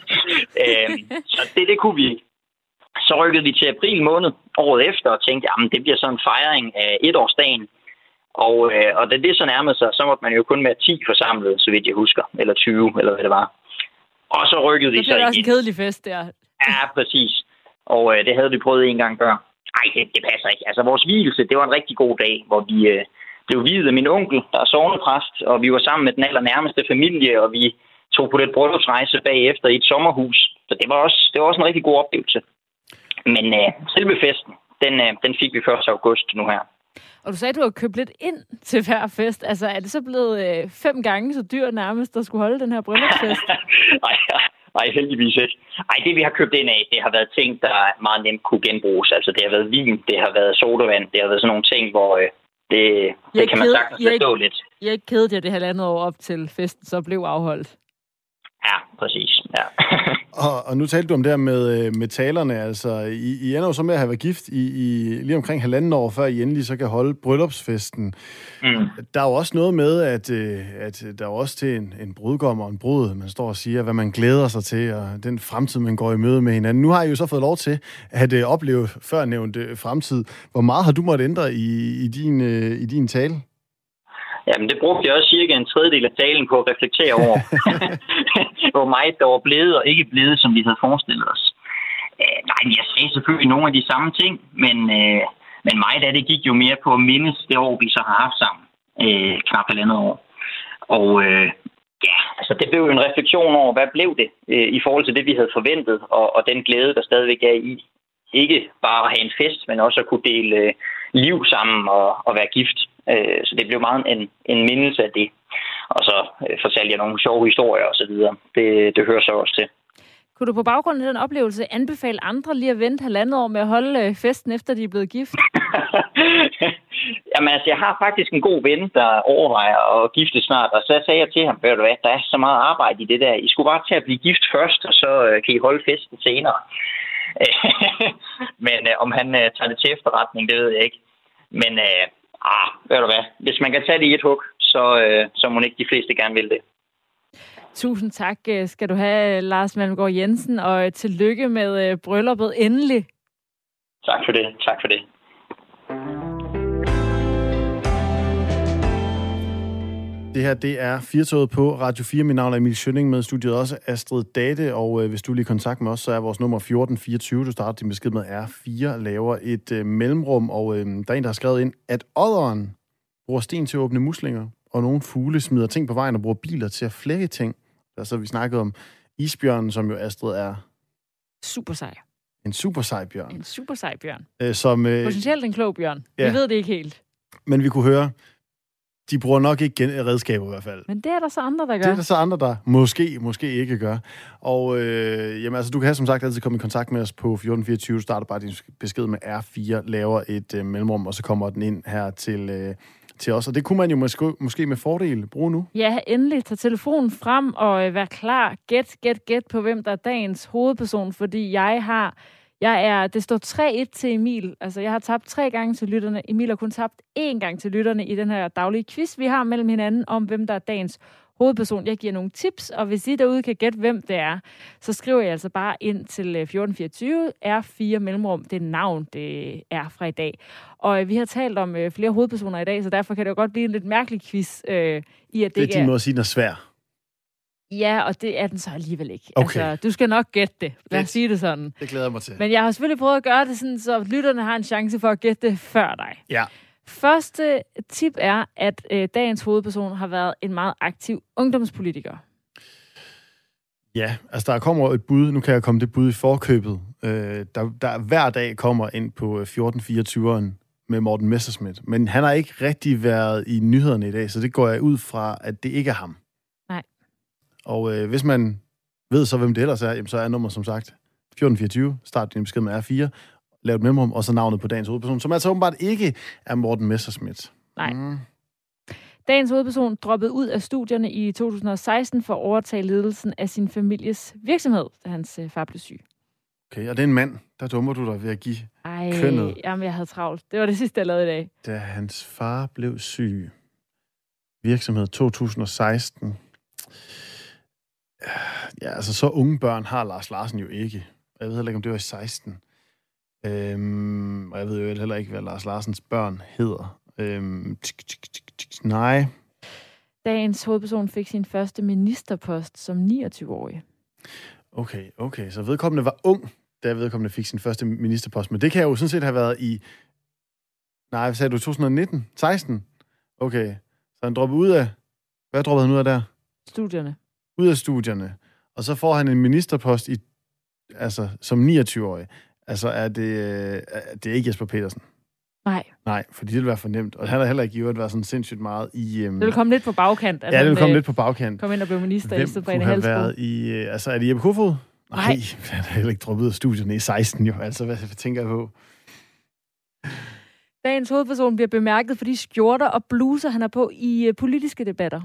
øh, så det, det kunne vi ikke. Så rykkede vi til april måned året efter og tænkte, jamen det bliver så en fejring af etårsdagen. Og, øh, og da det så nærmede sig, så måtte man jo kun være ti forsamlet, så vidt jeg husker, eller tyve, eller hvad det var. Og så rykkede vi så igen. Det er også en kedelig fest, der. Ja, præcis. Og øh, det havde vi prøvet en gang før. Ej, det, det passer ikke. Altså, vores vielse, det var en rigtig god dag, hvor vi øh, blev viet af min onkel, der er sognepræst, og vi var sammen med den allernærmeste familie, og vi tog på lidt bryllupsrejse bagefter i et sommerhus. Så det var også, det var også en rigtig god oplevelse. Men øh, selve festen, den, øh, den fik vi første august nu her. Og du sagde, at du har købt lidt ind til hver fest. Altså, er det så blevet øh, fem gange så dyrt nærmest, der skulle holde den her bryllupsfest? Nej, nej, heldigvis ikke. Ej, det vi har købt ind af, det har været ting, der meget nemt kunne genbruges. Altså, det har været vin, det har været sodavand, det har været sådan nogle ting, hvor øh, det, det kan man sagtens forstå lidt. Jeg er ikke kedet jer det halvandet år op til festen, så blev afholdt. Ja, præcis. Ja. og, og nu talte du om det her med, med talerne. Altså, I, I ender jo så med at have været gift i, i lige omkring halvanden år, før I endelig så kan holde bryllupsfesten. Mm. Der er jo også noget med, at, at der er også til en, en brudgom og en brud, man står og siger, hvad man glæder sig til, og den fremtid, man går i møde med hinanden. Nu har I jo så fået lov til at opleve førnævnt fremtid. Hvor meget har du måttet ændre i, i, din, i din tale? Jamen, det brugte jeg også cirka en tredjedel af talen på at reflektere over. Hvor meget der var blevet og ikke blevet, som vi havde forestillet os. Øh, nej, jeg sagde selvfølgelig nogle af de samme ting, men, øh, men meget af det gik jo mere på at mindes det år, vi så har haft sammen. Øh, knap halvandet år. Og øh, ja, altså det blev jo en refleksion over, hvad blev det øh, i forhold til det, vi havde forventet, og, og den glæde, der stadigvæk er i. Ikke bare at have en fest, men også at kunne dele øh, liv sammen og, og være gift. Øh, så det blev meget en, en mindelse af det. Og så øh, fortalte jeg nogle sjove historier og så videre. Det, det hører så også til. Kunne du på baggrund af den oplevelse anbefale andre lige at vente halvandet år med at holde festen, efter de er blevet gift? Jamen altså, jeg har faktisk en god ven, der overvejer at gifte snart. Og så sagde jeg til ham, ved du hvad, der er så meget arbejde i det der. I skulle bare tage at blive gift først, og så øh, kan I holde festen senere. Men øh, om han øh, tager det til efterretning, det ved jeg ikke. Men øh, ah, ved du hvad, hvis man kan tage det i et hug, så, øh, så må ikke de fleste gerne vil det. Tusind tak skal du have, Lars Malmgaard Jensen, og tillykke med brylluppet endelig. Tak for det, tak for det. Det her, det er Firtoget på Radio fire. Mit navn er Emil Schønning, med studiet også Astrid Date, og øh, hvis du lige er i kontakt med os, så er vores nummer fjorten fireogtyve. Du starter din besked med R fire, laver et øh, mellemrum, og øh, der er en, der har skrevet ind, at odderen bruger sten til at åbne muslinger, og nogle fugle smider ting på vejen og bruger biler til at flække ting. Altså, vi snakkede om isbjørnen, som jo Astrid er... Super sej. En super sej bjørn. En super sej bjørn. Øh, som, øh, Potentielt en klog bjørn. Ja. Vi ved det ikke helt. Men vi kunne høre, de bruger nok ikke gen- redskaber i hvert fald. Men det er der så andre, der gør. Det er der så andre, der måske, måske ikke gør. Og øh, jamen, altså, du kan have, som sagt altid komme i kontakt med os på fjorten fireogtyve. Du starter bare din besked med R fire, laver et øh, mellemrum, og så kommer den ind her til, øh, til os. Og det kunne man jo måske, måske med fordel bruge nu. Ja, endelig. Tag telefonen frem og øh, vær klar. Gæt, gæt, gæt på, hvem der er dagens hovedperson, fordi jeg har... Jeg er, det står tre et til Emil. Altså, jeg har tabt tre gange til lytterne. Emil har kun tabt én gang til lytterne i den her daglige quiz, vi har mellem hinanden om, hvem der er dagens hovedperson. Jeg giver nogle tips, og hvis I derude kan gætte, hvem det er, så skriver jeg altså bare ind til fjorten fireogtyve, R fire mellemrum, det navn, det er fra i dag. Og øh, vi har talt om øh, flere hovedpersoner i dag, så derfor kan det jo godt blive en lidt mærkelig quiz. Øh, i at det, det er din måde at sige, den er svær. Ja, og det er den så alligevel ikke. Okay. Altså, du skal nok gætte det. Lad os det, sige det sådan. Det glæder jeg mig til. Men jeg har selvfølgelig prøvet at gøre det sådan, så lytterne har en chance for at gætte det før dig. Ja. Første tip er, at øh, dagens hovedperson har været en meget aktiv ungdomspolitiker. Ja, altså der kommer et bud. Nu kan jeg komme det bud i forkøbet. Øh, der, der hver dag kommer ind på fjorten fireogtyveren med Morten Messerschmidt. Men han har ikke rigtig været i nyhederne i dag, så det går jeg ud fra, at det ikke er ham. Nej. Og øh, hvis man ved så, hvem det ellers er, jamen, så er nummeret som sagt fjorten fireogtyve. Start din besked med R fire. Lav et mellemrum, og så navnet på dagens hovedperson, som altså åbenbart ikke er Morten Messerschmidt. Nej. Mm. Dagens hovedperson droppede ud af studierne i to tusind og seksten for at overtage ledelsen af sin families virksomhed, da hans øh, far blev syg. Okay, og det er en mand. Der dummer du dig ved at give Ej, kønnet. Jamen, jeg havde travlt. Det var det sidste, jeg lavede i dag. Da hans far blev syg. Virksomhed to tusind og seksten. Ja, altså så unge børn har Lars Larsen jo ikke. Jeg ved heller ikke, om det var i seksten. Øhm, og jeg ved jo heller ikke, hvad Lars Larsens børn hedder. Øhm, tsk, tsk, tsk, tsk, nej. Dagens hovedperson fik sin første ministerpost som niogtyve-årig. Okay, okay. Så vedkommende var ung, da vedkommende fik sin første ministerpost. Men det kan jo sådan set have været i... Nej, hvad sagde du? to tusind og nitten? seksten? Okay. Så han droppede ud af... Hvad droppede han ud af der? Studierne. Ud af studierne. Og så får han en ministerpost i, altså, som niogtyve-årig. Altså, er det, er det er ikke Jesper Petersen? Nej. Nej, fordi det ville være for nemt. Og han har heller ikke i øvrigt været sådan sindssygt meget i... Um... Det vil komme lidt på bagkant. Ja, det vil komme lidt på bagkant. Kom ind og blive minister Hvem i stedet for kunne en have været i... Altså, er det Jeppe Kofod? Nej. Nej, han har heller ikke droppet ud af studierne i seksten jo. Altså, hvad, hvad tænker jeg på? Dagens hovedperson bliver bemærket for de skjorter og bluser, han har på i uh, politiske debatter.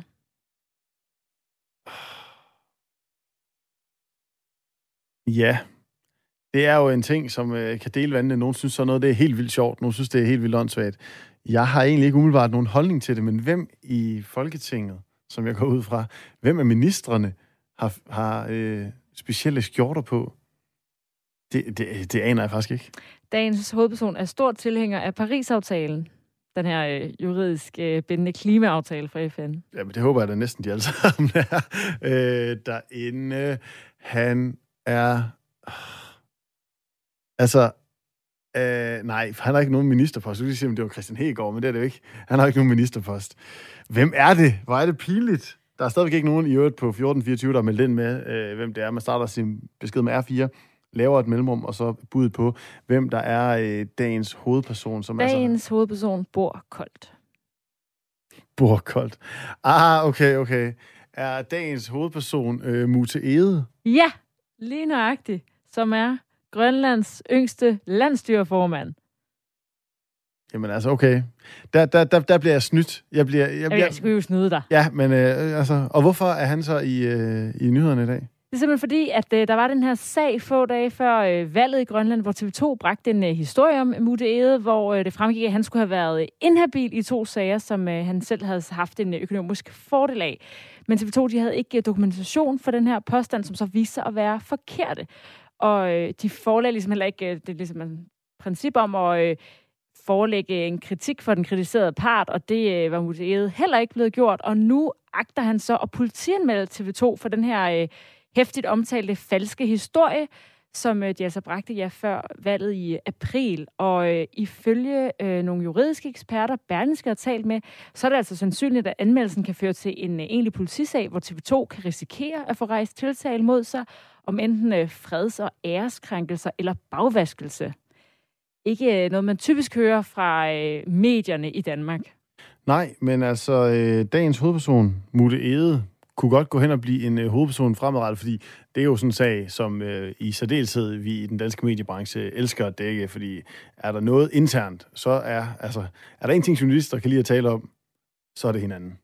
Ja, det er jo en ting, som øh, kan dele vandene. Nogle synes så noget, det er helt vildt sjovt. Nogle synes, det er helt vildt åndssvagt. Jeg har egentlig ikke umiddelbart nogen holdning til det, men hvem i Folketinget, som jeg går ud fra, hvem af ministrene har, har øh, specielle skjorter på? Det, det, det aner jeg faktisk ikke. Dagens hovedperson er stor tilhænger af Paris-aftalen. Den her øh, juridisk øh, bindende klimaaftale fra F N. Jamen, det håber jeg da næsten, de alle sammen er. Øh, derinde, han er... Altså, øh, nej, han har ikke nogen ministerpost. Du kan sige, at det var Christian Hegaard, men det er det jo ikke. Han har ikke nogen ministerpost. Hvem er det? Hvor er det pinligt? Der er stadigvæk ikke nogen i øvrigt på fjorten fireogtyve, der er meldt ind med, øh, hvem det er. Man starter sin besked med R fire, laver et mellemrum, og så budet på, hvem der er øh, dagens hovedperson. Som dagens altså, hovedperson bor koldt. Bor koldt. Ah, okay, okay. Er dagens hovedperson øh, Mute Ede? Ja, lige nøjagtigt, som er Grønlands yngste landstyreformand. Jamen altså, okay. Der, der, der, der bliver jeg snydt. Jeg bliver... Jeg, bliver... jeg skulle jo snyde dig. Ja, men øh, altså... Og hvorfor er han så i, øh, i nyhederne i dag? Det er simpelthen fordi, at øh, der var den her sag få dage før øh, valget i Grønland, hvor T V to bragte en øh, historie om Mute Ede, hvor øh, det fremgik, at han skulle have været inhabil i to sager, som øh, han selv havde haft en øh, økonomisk fordel af. Men T V to de havde ikke øh, dokumentation for den her påstand, som så viste sig at være forkerte. Og øh, de forelagde ligesom heller ikke, øh, det er ligesom et princip om at øh, forelægge en kritik for den kritiserede part, og det øh, var museet heller ikke blevet gjort. Og nu agter han så at politianmelde T V to for den her øh, hæftigt omtalte falske historie, som øh, de altså bragte ja før valget i april. Og øh, ifølge øh, nogle juridiske eksperter, Berlingske har talt med, så er det altså sandsynligt, at anmeldelsen kan føre til en øh, egentlig politisag, hvor T V to kan risikere at få rejst tiltale mod sig om enten øh, freds- og æreskrænkelser eller bagvaskelse. Ikke øh, noget, man typisk hører fra øh, medierne i Danmark. Nej, men altså, øh, dagens hovedperson, Mutte Egede, kunne godt gå hen og blive en øh, hovedperson fremadrettet, fordi det er jo sådan en sag, som øh, i særdeleshed vi i den danske mediebranche elsker at dække, fordi er der noget internt, så er, altså, er der en ting, journalister kan lide at tale om, så er det hinanden.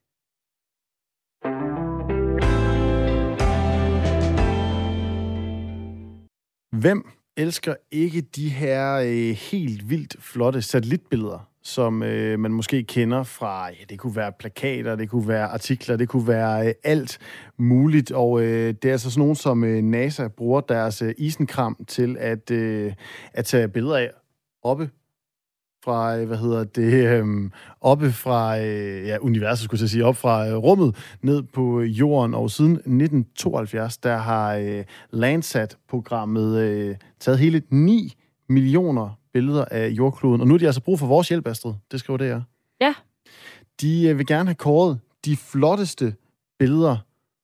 Hvem elsker ikke de her øh, helt vildt flotte satellitbilleder, som øh, man måske kender fra, ja, det kunne være plakater, det kunne være artikler, det kunne være øh, alt muligt, og øh, det er altså sådan nogen, som øh, NASA bruger deres øh, isenkram til at, øh, at tage billeder af oppe fra, øh, hvad hedder det, øh, oppe fra øh, ja, universet, skulle jeg sige, op fra øh, rummet, ned på jorden, og siden nitten tooghalvfjerds, der har øh, Landsat-programmet øh, taget hele ni millioner billeder af jordkloden, og nu er de altså brug for vores hjælp, Astrid. Det skriver det her. Ja. De øh, vil gerne have kåret de flotteste billeder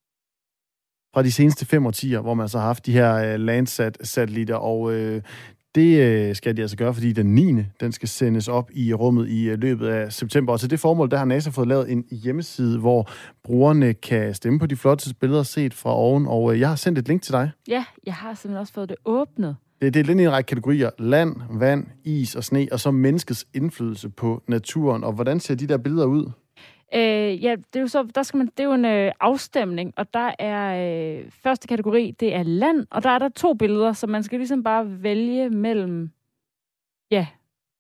fra de seneste fem årtier, hvor man så har haft de her øh, Landsat-satellitter, og øh, det øh, skal de altså gøre, fordi den niende den skal sendes op i rummet i øh, løbet af september. Og til det formål, der har NASA fået lavet en hjemmeside, hvor brugerne kan stemme på de flotteste billeder set fra oven, og øh, jeg har sendt et link til dig. Ja, jeg har simpelthen også fået det åbnet. Det, det er lidt i en række kategorier. Land, vand, is og sne, og så menneskets indflydelse på naturen. Og hvordan ser de der billeder ud? Øh, ja, det er jo så, der skal man, det er jo en øh, afstemning, og der er øh, første kategori, det er land, og der er der to billeder, så man skal ligesom bare vælge mellem, ja,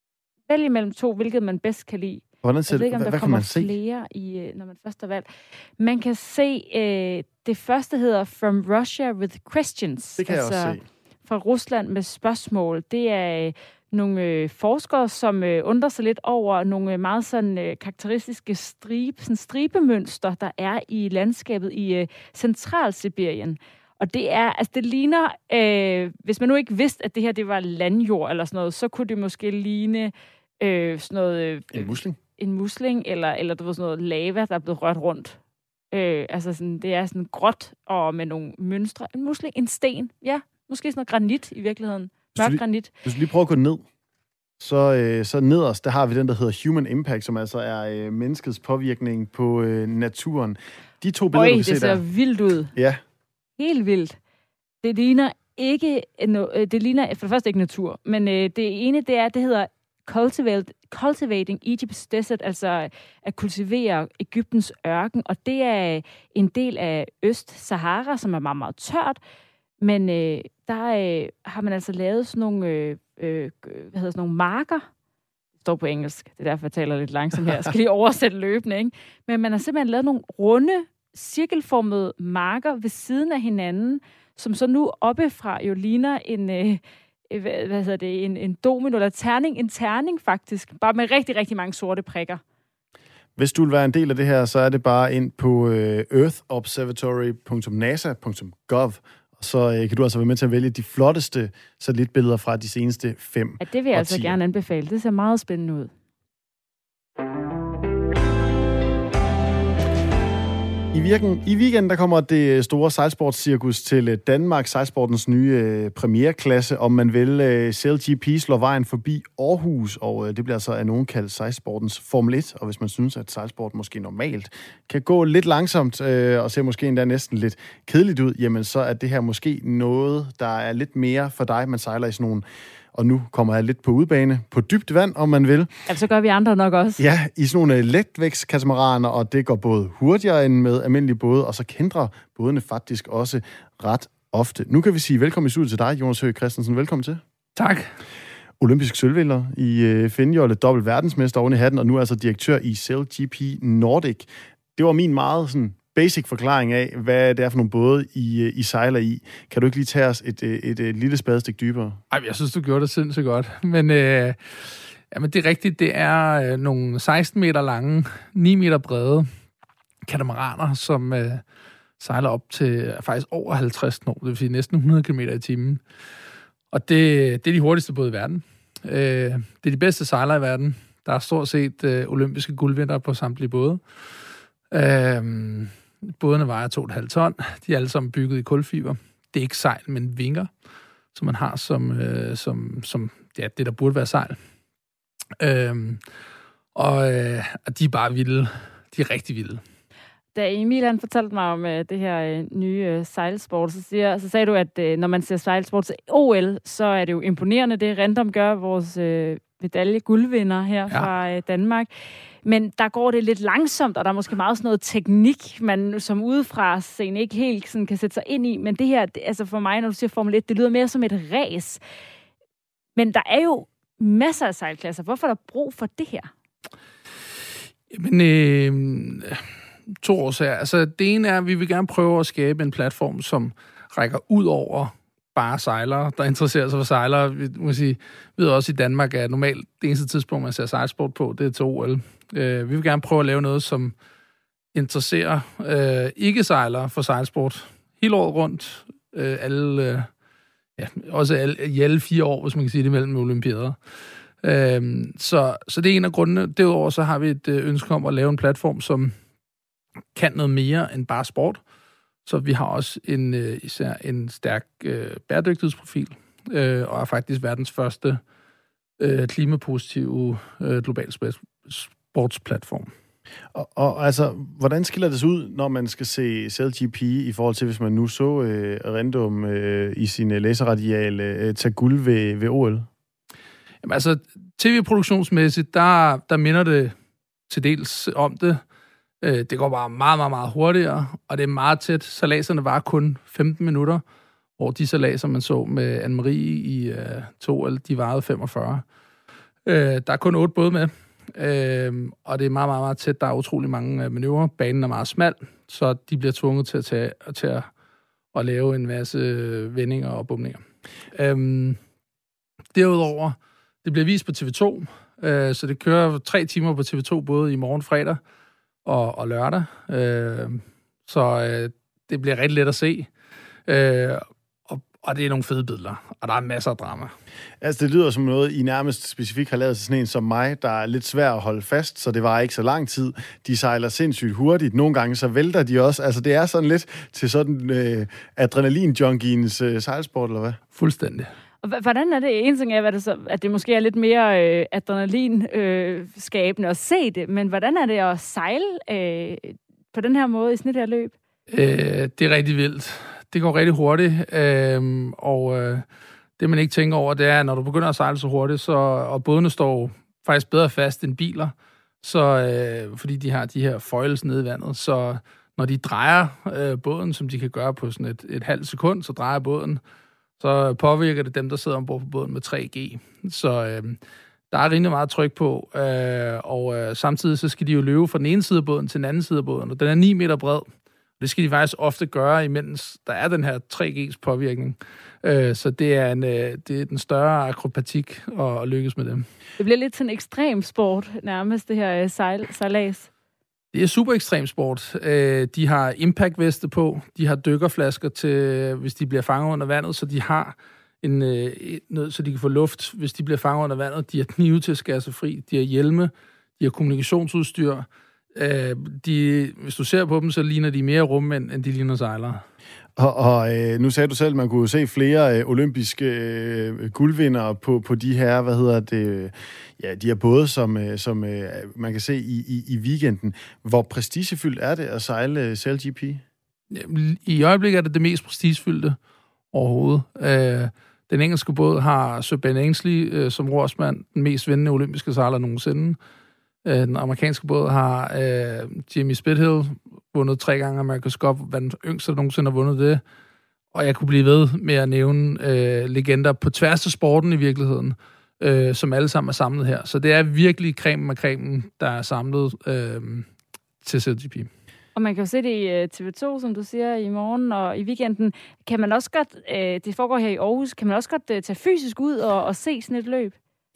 vælge mellem to, hvilket man bedst kan lide. Hvordan ser jeg ved ikke, om hvad, der hvad kommer kan man se? flere, i, når man først har valgt. Man kan se, øh, det første hedder From Russia with Questions. Det kan altså, jeg også se. Fra Rusland med spørgsmål. Det er nogle øh, forskere, som øh, undrer sig lidt over nogle øh, meget sådan øh, karakteristiske stribe, sådan stribemønster, der er i landskabet i øh, Centralsibirien. Og det er, altså det ligner, øh, hvis man nu ikke vidste, at det her det var landjord eller sådan noget, så kunne det måske ligne øh, sådan noget... Øh, en musling? En musling, eller, eller det var sådan noget lava, der er blevet rørt rundt. Øh, altså sådan, det er sådan gråt og med nogle mønstre. En musling, en sten, ja. Måske sådan noget granit i virkeligheden. Mørk lige, granit. Hvis du lige prøver at gå ned, så, øh, så nederst, der har vi den, der hedder Human Impact, som altså er øh, menneskets påvirkning på øh, naturen. De to billeder, Øj, du kan det se ser der. vildt ud. Ja. Helt vildt. Det ligner ikke, det ligner for det første ikke natur, men øh, det ene, det er, det hedder Cultivate, Cultivating Egypt's Desert, altså at kultivere Egyptens ørken, og det er en del af Øst-Sahara, som er meget, meget tørt, men øh, der øh, har man altså lavet sådan nogle, øh, øh, hvad hedder sådan nogle marker. Det står på engelsk, det er derfor, jeg taler lidt langsomt her. Jeg skal lige oversætte løbende, ikke? Men man har simpelthen lavet nogle runde, cirkelformede marker ved siden af hinanden, som så nu oppefra jo ligner en, øh, hvad, hvad hedder det, en, en domino, eller terning, en terning faktisk, bare med rigtig, rigtig mange sorte prikker. Hvis du vil være en del af det her, så er det bare ind på øh, earth observatory punktum nasa punktum gov, og så øh, kan du altså være med til at vælge de flotteste satellitbilleder fra de seneste fem Ja, det vil jeg altså årtier. gerne anbefale. Det ser meget spændende ud. I, virken, I weekenden der kommer det store sejlsportscirkus til Danmark, sejlsportens nye øh, premierklasse, om man vil. Øh, C L G P slår vejen forbi Aarhus, og øh, det bliver altså af nogen kaldt sejlsportens Formel et, og hvis man synes, at sejlsport måske normalt kan gå lidt langsomt, øh, og ser måske endda næsten lidt kedeligt ud, jamen så er det her måske noget, der er lidt mere for dig. Man sejler i sådan nogle, og nu kommer jeg lidt på udbane, på dybt vand, om man vil. Altså, så gør vi andre nok også. Ja, i sådan nogle letvægtskatamaraner, og det går både hurtigere end med almindelige både, og så kender bådene faktisk også ret ofte. Nu kan vi sige velkommen i studiet til dig, Jonas Høgh Christensen. Velkommen til. Tak. Olympisk sølvvinder i øh, Findjolle, dobbelt verdensmester oven i hatten, og nu er altså direktør i C L G P Nordic. Det var min meget sådan basic forklaring af, hvad det er for nogle både, I, I sejler i. Kan du ikke lige tage os et, et, et, et lille spadestik dybere? Ej, jeg synes, du gjorde det sindssygt godt. Men øh, Jamen, det er rigtigt. Det er øh, nogle seksten meter lange, ni meter brede katamaraner, som øh, sejler op til faktisk over halvtreds knop, det vil sige næsten hundrede kilometer i timen. Og det, det er de hurtigste både i verden. Øh, det er de bedste sejlere i verden. Der er stort set øh, olympiske guldvindere på samtlige både. Øh, bådene vejer to komma fem ton. De er alle sammen bygget i kulfiber. Det er ikke sejl, men vinger, som man har som, øh, som, som ja, det, der burde være sejl. Øh, og, øh, og de er bare vilde. De er rigtig vilde. Da Emil han fortalte mig om uh, det her uh, nye uh, sejlsport, så, siger, så sagde du, at uh, når man ser sejlsport til O L, så er det jo imponerende, det Random gør, vores uh, medalje-guldvinder her ja. fra uh, Danmark. Men der går det lidt langsomt, og der er måske meget sådan noget teknik, man som udefra scenen ikke helt sådan, kan sætte sig ind i. Men det her, det, altså for mig, når du siger Formel et, det lyder mere som et ræs. Men der er jo masser af sejlklasser. Hvorfor er der brug for det her? Jamen, øh... To årsager. Altså, det ene er, at vi vil gerne prøve at skabe en platform, som rækker ud over bare sejlere, der interesserer sig for sejlere. Vi må sige, ved også i Danmark, at normalt det eneste tidspunkt, man ser sejlsport på, det er til O L. Uh, vi vil gerne prøve at lave noget, som interesserer uh, ikke-sejlere for sejlsport hele året rundt. Uh, alle, uh, ja, også alle, i alle fire år, hvis man kan sige det, mellem olympiader. Uh, så, så det er en af grundene. Derudover så har vi et uh, ønske om at lave en platform, som kan noget mere end bare sport. Så vi har også en, øh, især en stærk øh, bæredygtighedsprofil, øh, og er faktisk verdens første øh, klimapositive øh, global sportsplatform. Og, og altså, hvordan skiller det sig ud, når man skal se S L G P i forhold til, hvis man nu så øh, Random øh, i sin laserradial øh, tage guld ved, ved O L? Jamen altså, tv-produktionsmæssigt, der, der minder det til dels om det. Det går bare meget, meget, meget hurtigere, og det er meget tæt. Salaserne var kun femten minutter, hvor de salaser, man så med Anne-Marie i uh, to, de varede femogfyrre. Uh, der er kun otte både med, uh, og det er meget, meget, meget tæt. Der er utrolig mange manøvrer. Banen er meget smal, så de bliver tvunget til at, tage, til at, at lave en masse vendinger og bumninger. Uh, derudover, det bliver vist på T V to, uh, så det kører tre timer på T V to, både i morgen fredag, Og, og lørdag. Øh, så øh, det bliver rigtig let at se. Øh, og, og det er nogle fede billeder. Og der er masser af drama. Altså, det lyder som noget, I nærmest specifikt har lavet til sådan en som mig, der er lidt svær at holde fast, så det var ikke så lang tid. De sejler sindssygt hurtigt. Nogle gange så vælter de også. Altså, det er sådan lidt til sådan øh, adrenalin-junkiens øh, sejlsport, eller hvad? Fuldstændig. Og hvordan er det? En ting er, det så, at det måske er lidt mere øh, adrenalin-skabende øh, at se det, men hvordan er det at sejle øh, på den her måde i sådan et her løb? Øh, det er rigtig vildt. Det går rigtig hurtigt, øh, og øh, det man ikke tænker over, det er, at når du begynder at sejle så hurtigt, så, og bådene står faktisk bedre fast end biler, så, øh, fordi de har de her foils nede i vandet, så når de drejer øh, båden, som de kan gøre på sådan et, et halvt sekund, så drejer båden, så påvirker det dem, der sidder ombord på båden med tre G. Så øh, der er rimelig meget tryk på, øh, og øh, samtidig så skal de jo løbe fra den ene side af båden til den anden side af båden, og den er ni meter bred. Det skal de faktisk ofte gøre, imens der er den her tre G's påvirkning. Øh, så det er, en, øh, det er den større akrobatik at, at lykkes med dem. Det bliver lidt sådan en ekstrem sport, nærmest, det her øh, sejl, sejlads. Det er super ekstrem sport. Øh, de har impact-veste på, de har dykkerflasker til, hvis de bliver fanget under vandet, så de har en, øh, noget, så de kan få luft, hvis de bliver fanget under vandet. De har knive til at skære sig fri, de har hjelme, de har kommunikationsudstyr. Øh, de, hvis du ser på dem, så ligner de mere rummænd, end de ligner sejlere. Og, og øh, nu sagde du selv, at man kunne se flere øh, olympiske øh, guldvindere på, på de her, hvad hedder det, ja, de her både, som, øh, som øh, man kan se i, i, i weekenden. Hvor prestigefyldt er det at sejle S L G P? I øjeblikket er det det mest prestigefyldte overhovedet. Øh, den engelske båd har Sir Ben Ainslie øh, som rorsmand, den mest vindende olympiske sejler nogensinde. Den amerikanske båd har øh, Jimmy Spithill vundet tre gange, America's Cup, var den yngste, der nogensinde har vundet det. Og jeg kunne blive ved med at nævne øh, legender på tværs af sporten i virkeligheden, øh, som alle sammen er samlet her. Så det er virkelig cremen af cremen, der er samlet øh, til S L G P. Og man kan jo se det i T V to, som du siger, i morgen og i weekenden. Kan man også godt, øh, det foregår her i Aarhus, kan man også godt øh, tage fysisk ud og, og se sådan et løb?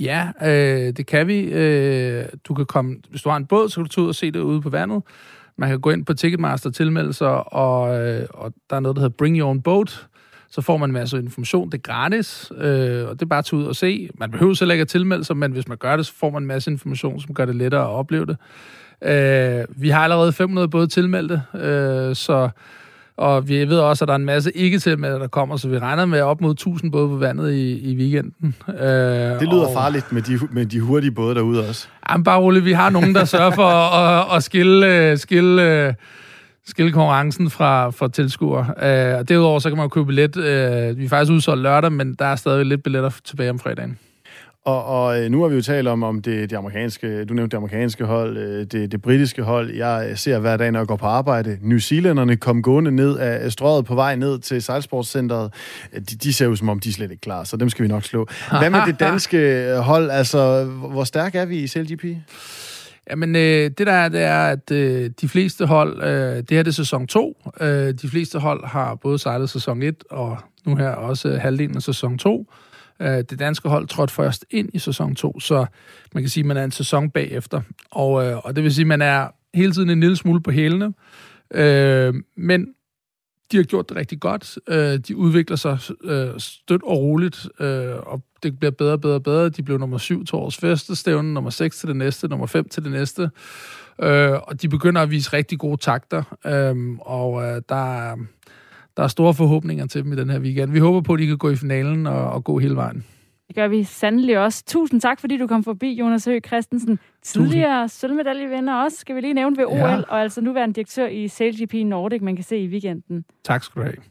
Ja, øh, det kan vi. Øh, du kan komme, hvis du har en båd, så kan du tage ud og se det ude på vandet. Man kan gå ind på Ticketmaster tilmeldelser, og, øh, og der er noget, der hedder Bring Your Own Boat. Så får man en masse information. Det er gratis, øh, og det er bare at tage ud og se. Man behøver selv ikke at tilmelde sig, men hvis man gør det, så får man en masse information, som gør det lettere at opleve det. Øh, vi har allerede fem hundrede både tilmeldte, øh, så... Og vi ved også, at der er en masse ikke-tilmeldte, der kommer, så vi regner med op mod tusind både på vandet i, i weekenden. Øh, det lyder og, farligt med de, med de hurtige både derude også. Jamen bare roligt, vi har nogen, der sørger for at, at skille, skille, skille konkurrencen fra, fra tilskuere. Øh, og derudover så kan man jo købe billet. Øh, vi er faktisk udsolgt lørdag, men der er stadig lidt billetter tilbage om fredagen. Og, og nu har vi jo talt om, om det, det amerikanske, du nævnte det amerikanske hold, det, det britiske hold. Jeg ser hver dag, når jeg går på arbejde. New Zealanderne kom gående ned af strøget på vej ned til sejlsportscenteret. De, de ser jo som om, de er slet ikke klar, så dem skal vi nok slå. Hvad med det danske hold? Altså, hvor stærk er vi i C L G P? Jamen, øh, det der er, det er, at øh, de fleste hold, øh, det her det er sæson to. Øh, de fleste hold har både sejlet sæson et, og nu her også halvdelen af sæson to. Det danske hold trådte først ind i sæson to, så man kan sige, at man er en sæson bagefter. Og, øh, og det vil sige, at man er hele tiden en lille smule på hælene. Øh, men de har gjort det rigtig godt. Øh, de udvikler sig øh, støt og roligt, øh, og det bliver bedre og bedre og bedre. De blev nummer syv til årets festestævne, nummer seks til det næste, nummer fem til det næste. Øh, og de begynder at vise rigtig gode takter, øh, og øh, der er... Der er store forhåbninger til dem i den her weekend. Vi håber på, at de kan gå i finalen og, og gå hele vejen. Det gør vi sandelig også. Tusind tak, fordi du kom forbi, Jonas Høgh Christensen. Tidligere sølvmedaljevinder også, skal vi lige nævne ved O L, ja. Og altså nuværende direktør i C L G P Nordic, man kan se i weekenden. Tak skal du have.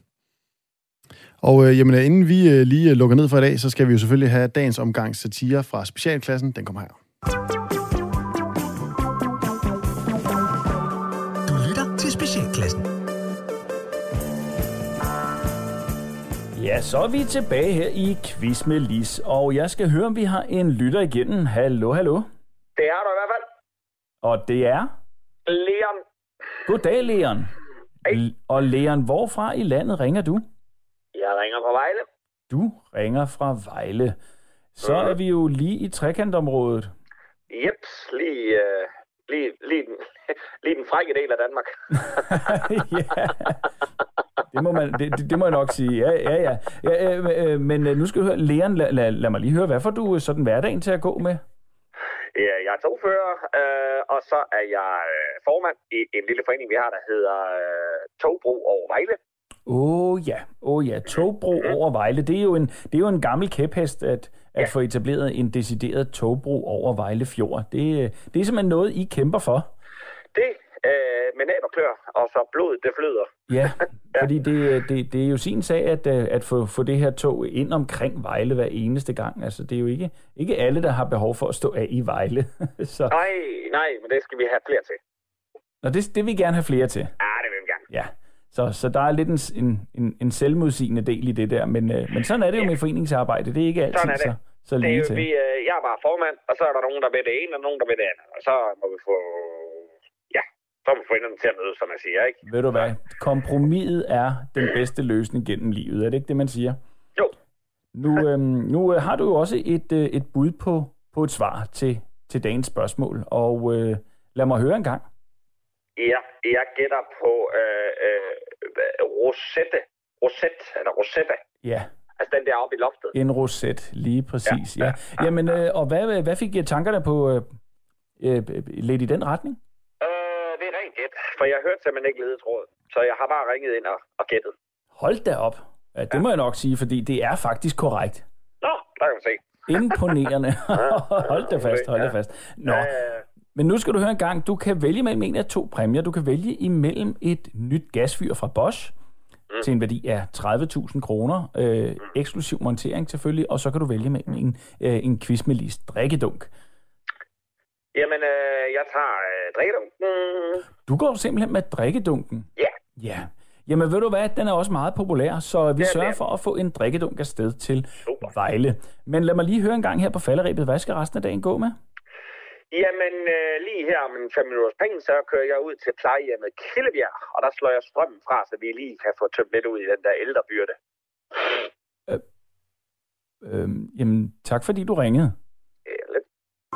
Og øh, jamen, inden vi øh, lige lukker ned for i dag, så skal vi jo selvfølgelig have dagens omgang satire fra specialklassen. Den kommer her. Du lytter til specialklassen. Ja, så er vi tilbage her i Quiz med Lis, og jeg skal høre, om vi har en lytter igennem. Hallo, hallo. Det er der i hvert fald. Og det er? Leon. Goddag, Leon. Hej. Og Leon, hvorfra i landet ringer du? Jeg ringer fra Vejle. Du ringer fra Vejle. Så mm. er vi jo lige i trekantområdet. Jeps, lige, øh, lige, lige, den, lige den frække del af Danmark. Ja. Det må, man, det, det må jeg nok sige. Ja, ja, ja. ja øh, øh, men øh, nu skal du høre, Leon, lad, lad, lad mig lige høre, hvad får du sådan hverdagen til at gå med? Ja, jeg er togfører, øh, og så er jeg øh, formand i en lille forening, vi har, der hedder øh, Togbro over Vejle. Åh oh, ja, oh, ja. Togbro mm-hmm. over Vejle. Det er jo en, det er jo en gammel kæphest at, at ja. få etableret en decideret togbro over Vejle Fjord. Det, det er simpelthen noget, I kæmper for. Det øh, med næb og klør, og så blodet, det flyder. Ja, fordi det, det, det er jo sin sag at, at få, få det her tog ind omkring Vejle hver eneste gang. Altså, det er jo ikke, ikke alle, der har behov for at stå af i Vejle. Så. Nej, nej, men det skal vi have flere til. Nå, det, det vil vi gerne have flere til. Ja, det vil vi gerne. Ja, så, så der er lidt en, en, en selvmodsigende del i det der, men, men sådan er det jo ja. med foreningsarbejde. Det er ikke altid sådan er det. så, så lige det er jo, til. Vi, jeg er bare formand, og så er der nogen, der ved det ene, og nogen, der ved det andet. Og så må vi få... Så må vi få enderne til at møde, som man siger, ikke? Ved du hvad? Kompromiset er den bedste løsning gennem livet. Er det ikke det, man siger? Jo. Nu, øhm, nu har du jo også et, øh, et bud på, på et svar til, til dagens spørgsmål, og øh, lad mig høre en gang. Ja, jeg gætter på øh, øh, rosette. Rosette, eller rosette. Ja. Altså den der oppe i loftet. En roset, lige præcis, ja. ja. ja. Jamen, øh, og hvad, hvad fik I tankerne på øh, øh, lidt i den retning? Det er rent gæt, for jeg hørte simpelthen ikke ledetråd. Så jeg har bare ringet ind og, og gættet. Hold da op. Ja, det ja. må jeg nok sige, fordi det er faktisk korrekt. Nå, der kan man se. Imponerende. Hold da fast, hold da fast. Nå, ja, ja, ja. Men nu skal du høre en gang. Du kan vælge mellem en af to præmier. Du kan vælge imellem et nyt gasfyr fra Bosch mm. til en værdi af tredive tusind kroner. Øh, mm. Eksklusiv montering selvfølgelig. Og så kan du vælge mellem en, øh, en quiz med Lis drikkedunk. Jamen, øh, jeg tager øh, drikkedunken. Du går simpelthen med drikkedunken? Ja. Ja. Jamen, ved du hvad? Den er også meget populær, så vi ja, sørger for at få en drikkedunk afsted til Super. Vejle. Men lad mig lige høre en gang her på falderebet. Hvad skal resten af dagen gå med? Jamen, øh, lige her om en fem minutters penge, så kører jeg ud til plejehjemmet Kildebjerg, og der slår jeg strømmen fra, så vi lige kan få tømt lidt ud i den der ældrebyrde. Øh, øh, jamen, tak fordi du ringede.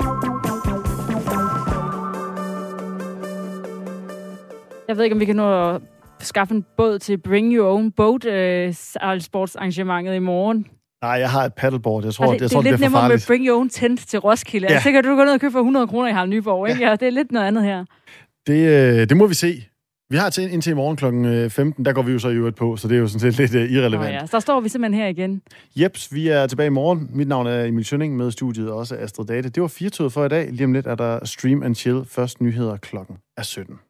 Jeg ved ikke, om vi kan nå at skaffe en båd til Bring Your Own Boat øh, sportsarrangementet i morgen. Nej, jeg har et paddleboard. Jeg tror, det, jeg det, tror, det er lidt det er for nemmere farligt. med Bring Your Own Tent til Roskilde. Ja. Altså, så kan du gå ned og købe for hundrede kroner i Harald Nyborg, ikke? Ja. Ja, det er lidt noget andet her. Det, øh, det må vi se. Vi har til indtil i morgen klokken femten, der går vi jo så i øvrigt på, så det er jo sådan set lidt uh, irrelevant. Nå ja, så står vi simpelthen her igen. Jeps, vi er tilbage i morgen. Mit navn er Emil Schønning, med studiet også Astrid Date. Det var Firtoget for i dag. Lige om lidt er der Stream and Chill. Først nyheder klokken er sytten.